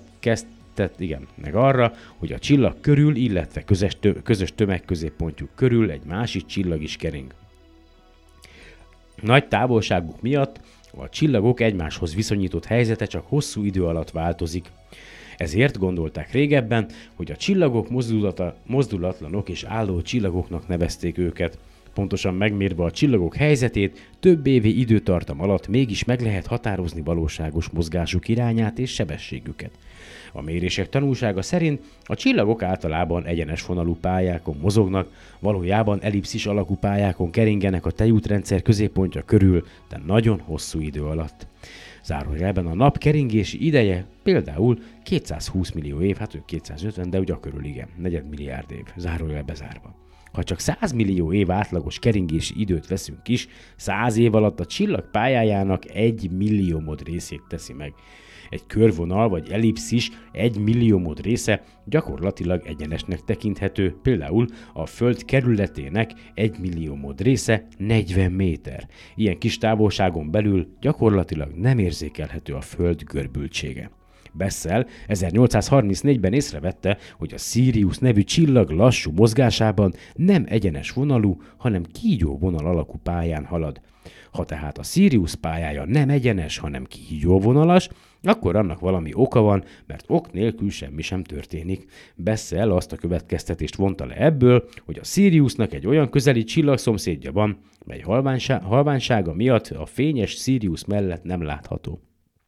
hogy a csillag körül, illetve közös tömegközéppontjuk körül egy másik csillag is kering. Nagy távolságuk miatt a csillagok egymáshoz viszonyított helyzete csak hosszú idő alatt változik. Ezért gondolták régebben, hogy a csillagok mozdulatlanok és álló csillagoknak nevezték őket. Pontosan megmérve a csillagok helyzetét, több évi időtartam alatt mégis meg lehet határozni valóságos mozgásuk irányát és sebességüket. A mérések tanúsága szerint a csillagok általában egyenes vonalú pályákon mozognak, valójában ellipszis alakú pályákon keringenek a tejútrendszer középpontja körül, de nagyon hosszú idő alatt. Zárójelben a nap keringési ideje például 220 millió év, hát ők 250, de ugye körül igen, negyedmilliárd év, zárójel bezárva. Ha csak 100 millió év átlagos keringési időt veszünk is, 100 év alatt a csillag pályájának 1 milliómod részét teszi meg. Egy körvonal vagy ellipszis 1 milliómod része gyakorlatilag egyenesnek tekinthető, például a Föld kerületének 1 milliómod része 40 méter. Ilyen kis távolságon belül gyakorlatilag nem érzékelhető a Föld görbültsége. Bessel 1834-ben észrevette, hogy a Sirius nevű csillag lassú mozgásában nem egyenes vonalú, hanem kígyó vonal alakú pályán halad. Ha tehát a Sirius pályája nem egyenes, hanem kígyóvonalas, akkor annak valami oka van, mert ok nélkül semmi sem történik. Bessel azt a következtetést vonta le ebből, hogy a Siriusnak egy olyan közeli csillagszomszédja van, mely halványsága miatt a fényes Sirius mellett nem látható.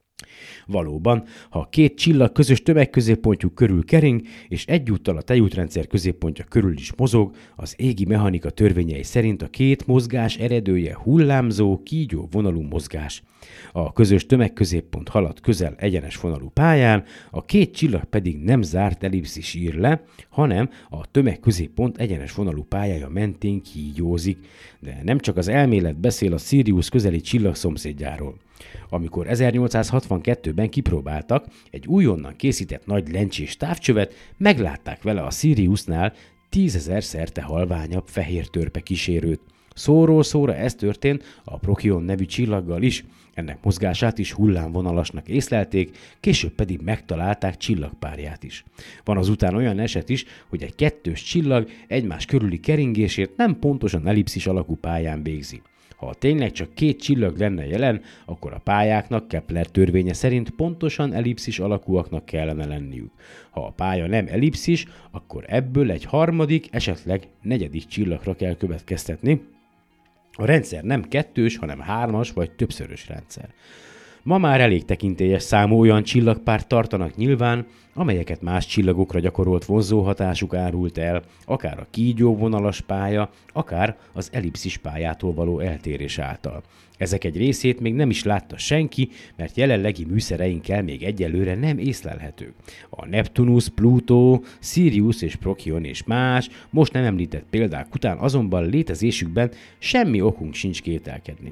Valóban, ha a két csillag közös tömegközéppontjuk körül kering, és egyúttal a tejútrendszer középpontja körül is mozog, az égi mechanika törvényei szerint a két mozgás eredője hullámzó, kígyó vonalú mozgás. A közös tömegközéppont halad közel egyenes vonalú pályán, a két csillag pedig nem zárt ellipszis ír le, hanem a tömegközéppont egyenes vonalú pályája mentén kígyózik. De nem csak az elmélet beszél a Sirius közeli csillagszomszédjáról. Amikor 1862-ben kipróbáltak egy újonnan készített nagy lencsés távcsövet, meglátták vele a Siriusnál 10 000 szerte halványabb fehér törpe kísérőt. Szóról szóra ez történt a Procyon nevű csillaggal is, ennek mozgását is hullámvonalasnak észlelték, később pedig megtalálták csillagpárját is. Van azután olyan eset is, hogy egy kettős csillag egymás körüli keringését nem pontosan ellipszis alakú pályán végzi. Ha tényleg csak két csillag lenne jelen, akkor a pályáknak Kepler törvénye szerint pontosan ellipszis alakúaknak kellene lenniük. Ha a pálya nem ellipszis, akkor ebből egy harmadik, esetleg negyedik csillagra kell következtetni. A rendszer nem kettős, hanem hármas vagy többszörös rendszer. Ma már elég tekintélyes számú olyan csillagpárt tartanak nyilván, amelyeket más csillagokra gyakorolt vonzóhatásuk árult el, akár a kígyóvonalas pálya, akár az ellipszis pályától való eltérés által. Ezek egy részét még nem is látta senki, mert jelenlegi műszereinkkel még egyelőre nem észlelhetők. A Neptunus, Pluto, Sirius és Procyon és más, most nem említett példák után azonban létezésükben semmi okunk sincs kételkedni.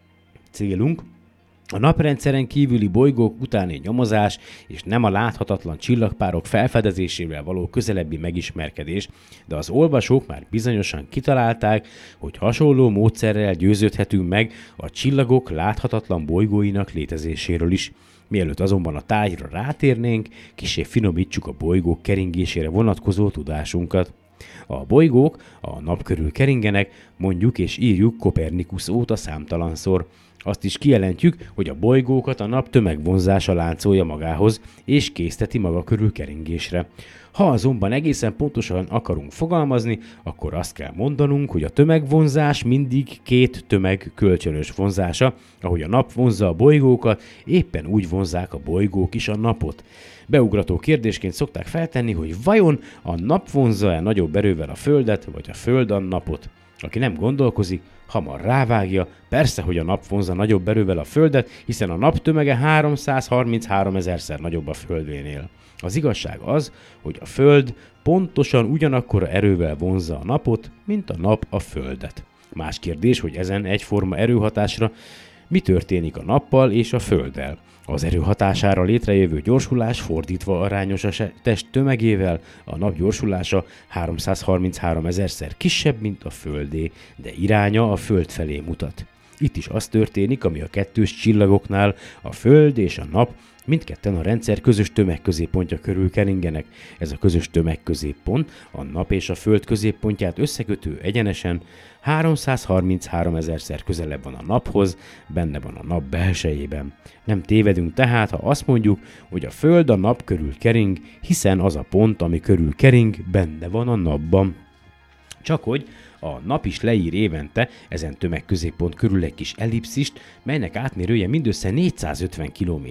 Célunk a naprendszeren kívüli bolygók utáni nyomozás és nem a láthatatlan csillagpárok felfedezésével való közelebbi megismerkedés, de az olvasók már bizonyosan kitalálták, hogy hasonló módszerrel győződhetünk meg a csillagok láthatatlan bolygóinak létezéséről is. Mielőtt azonban a tárgyra rátérnénk, kissé finomítsuk a bolygók keringésére vonatkozó tudásunkat. A bolygók a nap körül keringenek, mondjuk és írjuk Kopernikusz óta számtalanszor. Azt is kijelentjük, hogy a bolygókat a nap tömegvonzása láncolja magához, és készteti maga körül keringésre. Ha azonban egészen pontosan akarunk fogalmazni, akkor azt kell mondanunk, hogy a tömegvonzás mindig két tömeg kölcsönös vonzása, ahogy a nap vonzza a bolygókat, éppen úgy vonzzák a bolygók is a napot. Beugrató kérdésként szokták feltenni, hogy vajon a nap vonzza-e nagyobb erővel a Földet, vagy a Föld a napot? Aki nem gondolkozik, hamar rávágja, persze, hogy a nap vonzza nagyobb erővel a Földet, hiszen a nap tömege 333 000-szer nagyobb a Földénél. Az igazság az, hogy a Föld pontosan ugyanakkora erővel vonzza a napot, mint a nap a Földet. Más kérdés, hogy ezen egyforma erőhatásra mi történik a nappal és a Földdel. Az erő hatására létrejövő gyorsulás fordítva arányos a test tömegével, a nap gyorsulása 333 000-szer kisebb, mint a Földé, de iránya a Föld felé mutat. Itt is az történik, ami a kettős csillagoknál, a Föld és a nap mindketten a rendszer közös tömegközéppontja körül keringenek. Ez a közös tömegközéppont a nap és a Föld középpontját összekötő egyenesen 333 000-szer közelebb van a naphoz, benne van a nap belsejében. Nem tévedünk tehát, ha azt mondjuk, hogy a Föld a nap körül kering, hiszen az a pont, ami körül kering, benne van a napban. Csak hogy a nap is leír évente ezen tömegközéppont körül egy kis ellipszist, melynek átmérője mindössze 450 km.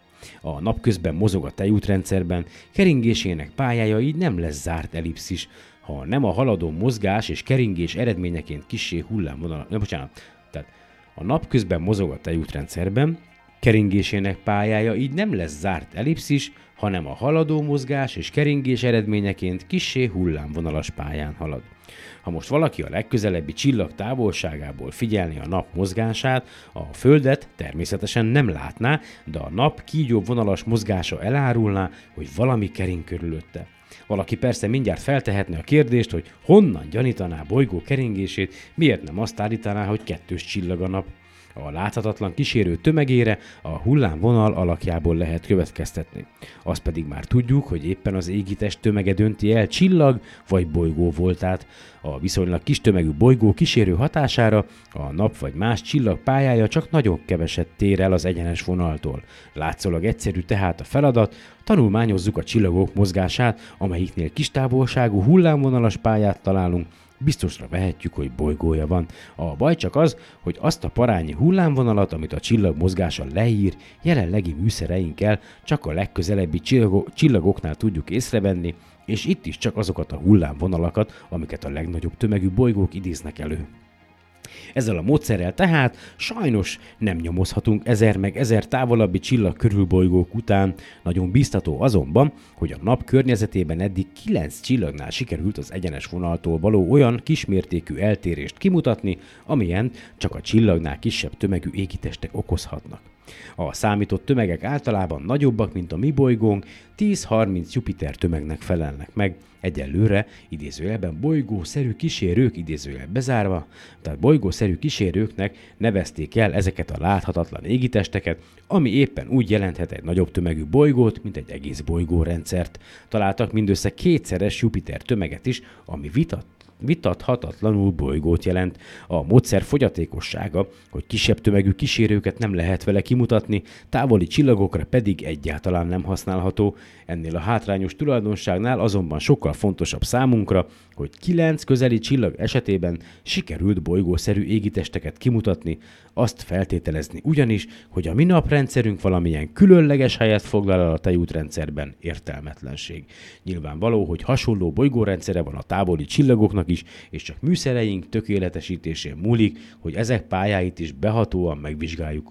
A nap közben mozog a tejútrendszerben, keringésének pályája így nem lesz zárt ellipszis, ha nem a haladó mozgás és keringés eredményeként kissé hullámvonal... Tehát a nap közben mozog a tejútrendszerben, keringésének pályája így nem lesz zárt ellipszis, hanem a haladó mozgás és keringés eredményeként kissé hullámvonalas pályán halad. Ha most valaki a legközelebbi csillag távolságából figyelni a nap mozgását, a Földet természetesen nem látná, de a nap kígyóvonalas mozgása elárulná, hogy valami kering körülötte. Valaki persze mindjárt feltehetne a kérdést, hogy honnan gyanítaná bolygó keringését, miért nem azt állítaná, hogy kettős csillag a nap. A láthatatlan kísérő tömegére a hullámvonal alakjából lehet következtetni. Azt pedig már tudjuk, hogy éppen az égitest tömege dönti el csillag vagy bolygó voltát. A viszonylag kis tömegű bolygó kísérő hatására a nap vagy más csillag pályája csak nagyon keveset tér el az egyenes vonaltól. Látszólag egyszerű tehát a feladat, tanulmányozzuk a csillagok mozgását, amelyiknél kis távolságú hullámvonalas pályát találunk, biztosra vehetjük, hogy bolygója van. A baj csak az, hogy azt a parányi hullámvonalat, amit a csillag mozgása leír, jelenlegi műszereinkkel csak a legközelebbi csillagoknál tudjuk észrevenni, és itt is csak azokat a hullámvonalakat, amiket a legnagyobb tömegű bolygók idéznek elő. Ezzel a módszerrel tehát sajnos nem nyomozhatunk 1000 meg 1000 távolabbi csillag körülbolygók után, nagyon biztató azonban, hogy a nap környezetében eddig 9 csillagnál sikerült az egyenes vonaltól való olyan kismértékű eltérést kimutatni, amilyen csak a csillagnál kisebb tömegű égitestek okozhatnak. A számított tömegek általában nagyobbak, mint a mi bolygónk, 10-30 Jupiter tömegnek felelnek meg, egyelőre idézőjelben bolygószerű kísérők idézőjel bezárva, tehát bolygószerű kísérőknek nevezték el ezeket a láthatatlan égitesteket, ami éppen úgy jelenthet egy nagyobb tömegű bolygót, mint egy egész bolygórendszert. Találtak mindössze 2-szeres Jupiter tömeget is, ami vitathatatlanul bolygót jelent. A módszer fogyatékossága, hogy kisebb tömegű kísérőket nem lehet vele kimutatni, távoli csillagokra pedig egyáltalán nem használható. Ennél a hátrányos tulajdonságnál azonban sokkal fontosabb számunkra, hogy 9 közeli csillag esetében sikerült bolygószerű égitesteket kimutatni, azt feltételezni ugyanis, hogy a mi naprendszerünk valamilyen különleges helyet foglal el a tejútrendszerben, értelmetlenség. Nyilvánvaló, hogy hasonló bolygórendszere van a távoli csillagoknak is, és csak műszereink tökéletesítésén múlik, hogy ezek pályáit is behatóan megvizsgáljuk.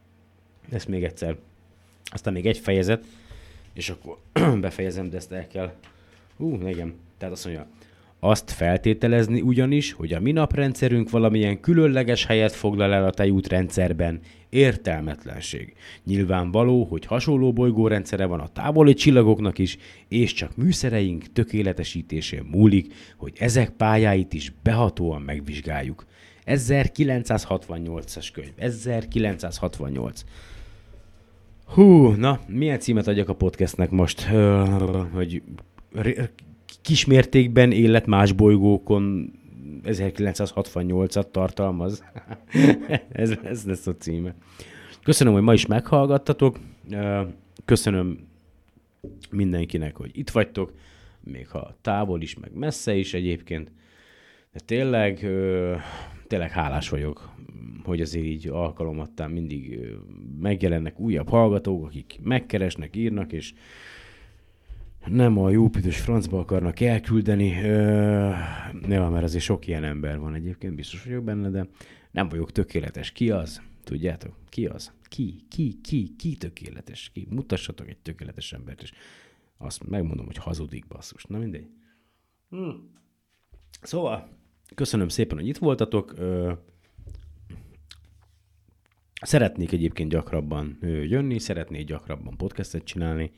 Ezt még egyszer. Aztán még egy fejezet, és akkor befejezem, de ezt el kell. Igen. Tehát azt mondja, azt feltételezni ugyanis, hogy a mi naprendszerünk valamilyen különleges helyet foglal el a tejútrendszerben, értelmetlenség. Nyilvánvaló, hogy hasonló bolygórendszere van a távoli csillagoknak is, és csak műszereink tökéletesítésén múlik, hogy ezek pályáit is behatóan megvizsgáljuk. 1968-as könyv. 1968. Na, milyen címet adjak a podcastnek most? Hogy kismértékben élet más bolygókon 1968-at tartalmaz. ez lesz a címe. Köszönöm, hogy ma is meghallgattatok. Köszönöm mindenkinek, hogy itt vagytok, még ha távol is, meg messze is egyébként. De tényleg hálás vagyok, hogy azért így alkalomattán mindig megjelennek újabb hallgatók, akik megkeresnek, írnak, és nem a jó büdös francba akarnak elküldeni, mert azért sok ilyen ember van egyébként, biztos vagyok benne, de Nem vagyok tökéletes. Ki az? Tudjátok? Ki az? Ki tökéletes? Ki? Mutassatok egy tökéletes embert, és azt megmondom, hogy hazudik, basszus. Na mindegy. Szóval, köszönöm szépen, hogy itt voltatok. Szeretnék egyébként gyakrabban jönni, szeretnék gyakrabban podcastet csinálni.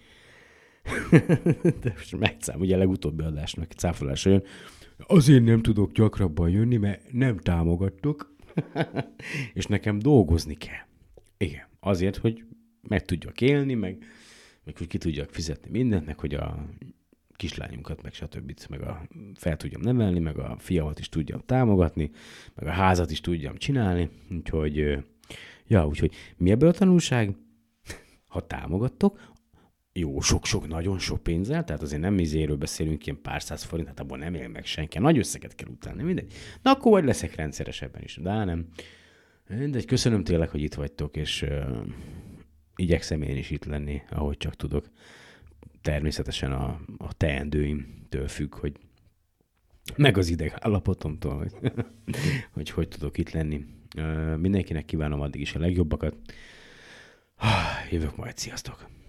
De most megcám, ugye a legutóbbi adásnak cáfolása jön. Azért nem tudok gyakrabban jönni, mert nem támogattok, és nekem dolgozni kell. Igen, azért, hogy meg tudjak élni, meg hogy ki tudjak fizetni mindent, meg hogy a kislányunkat, meg stb. Meg fel tudjam nevelni, meg a fiamat is tudjam támogatni, meg a házat is tudjam csinálni. Úgyhogy, úgyhogy mi ebből a tanulság? Ha támogattok, jó, sok, nagyon sok pénzzel, tehát azért nem izéről beszélünk, ilyen pár száz forint, hát abból nem él meg senki, nagy összeget kell utálni, mindegy. Na akkor vagy leszek rendszeresebben is, de nem. Mindegy, köszönöm tényleg, hogy itt vagytok, és igyekszem én is itt lenni, ahogy csak tudok. Természetesen a teendőimtől függ, hogy meg az idegállapotomtól, hogy tudok itt lenni. Mindenkinek kívánom addig is a legjobbakat. Jövök majd, sziasztok!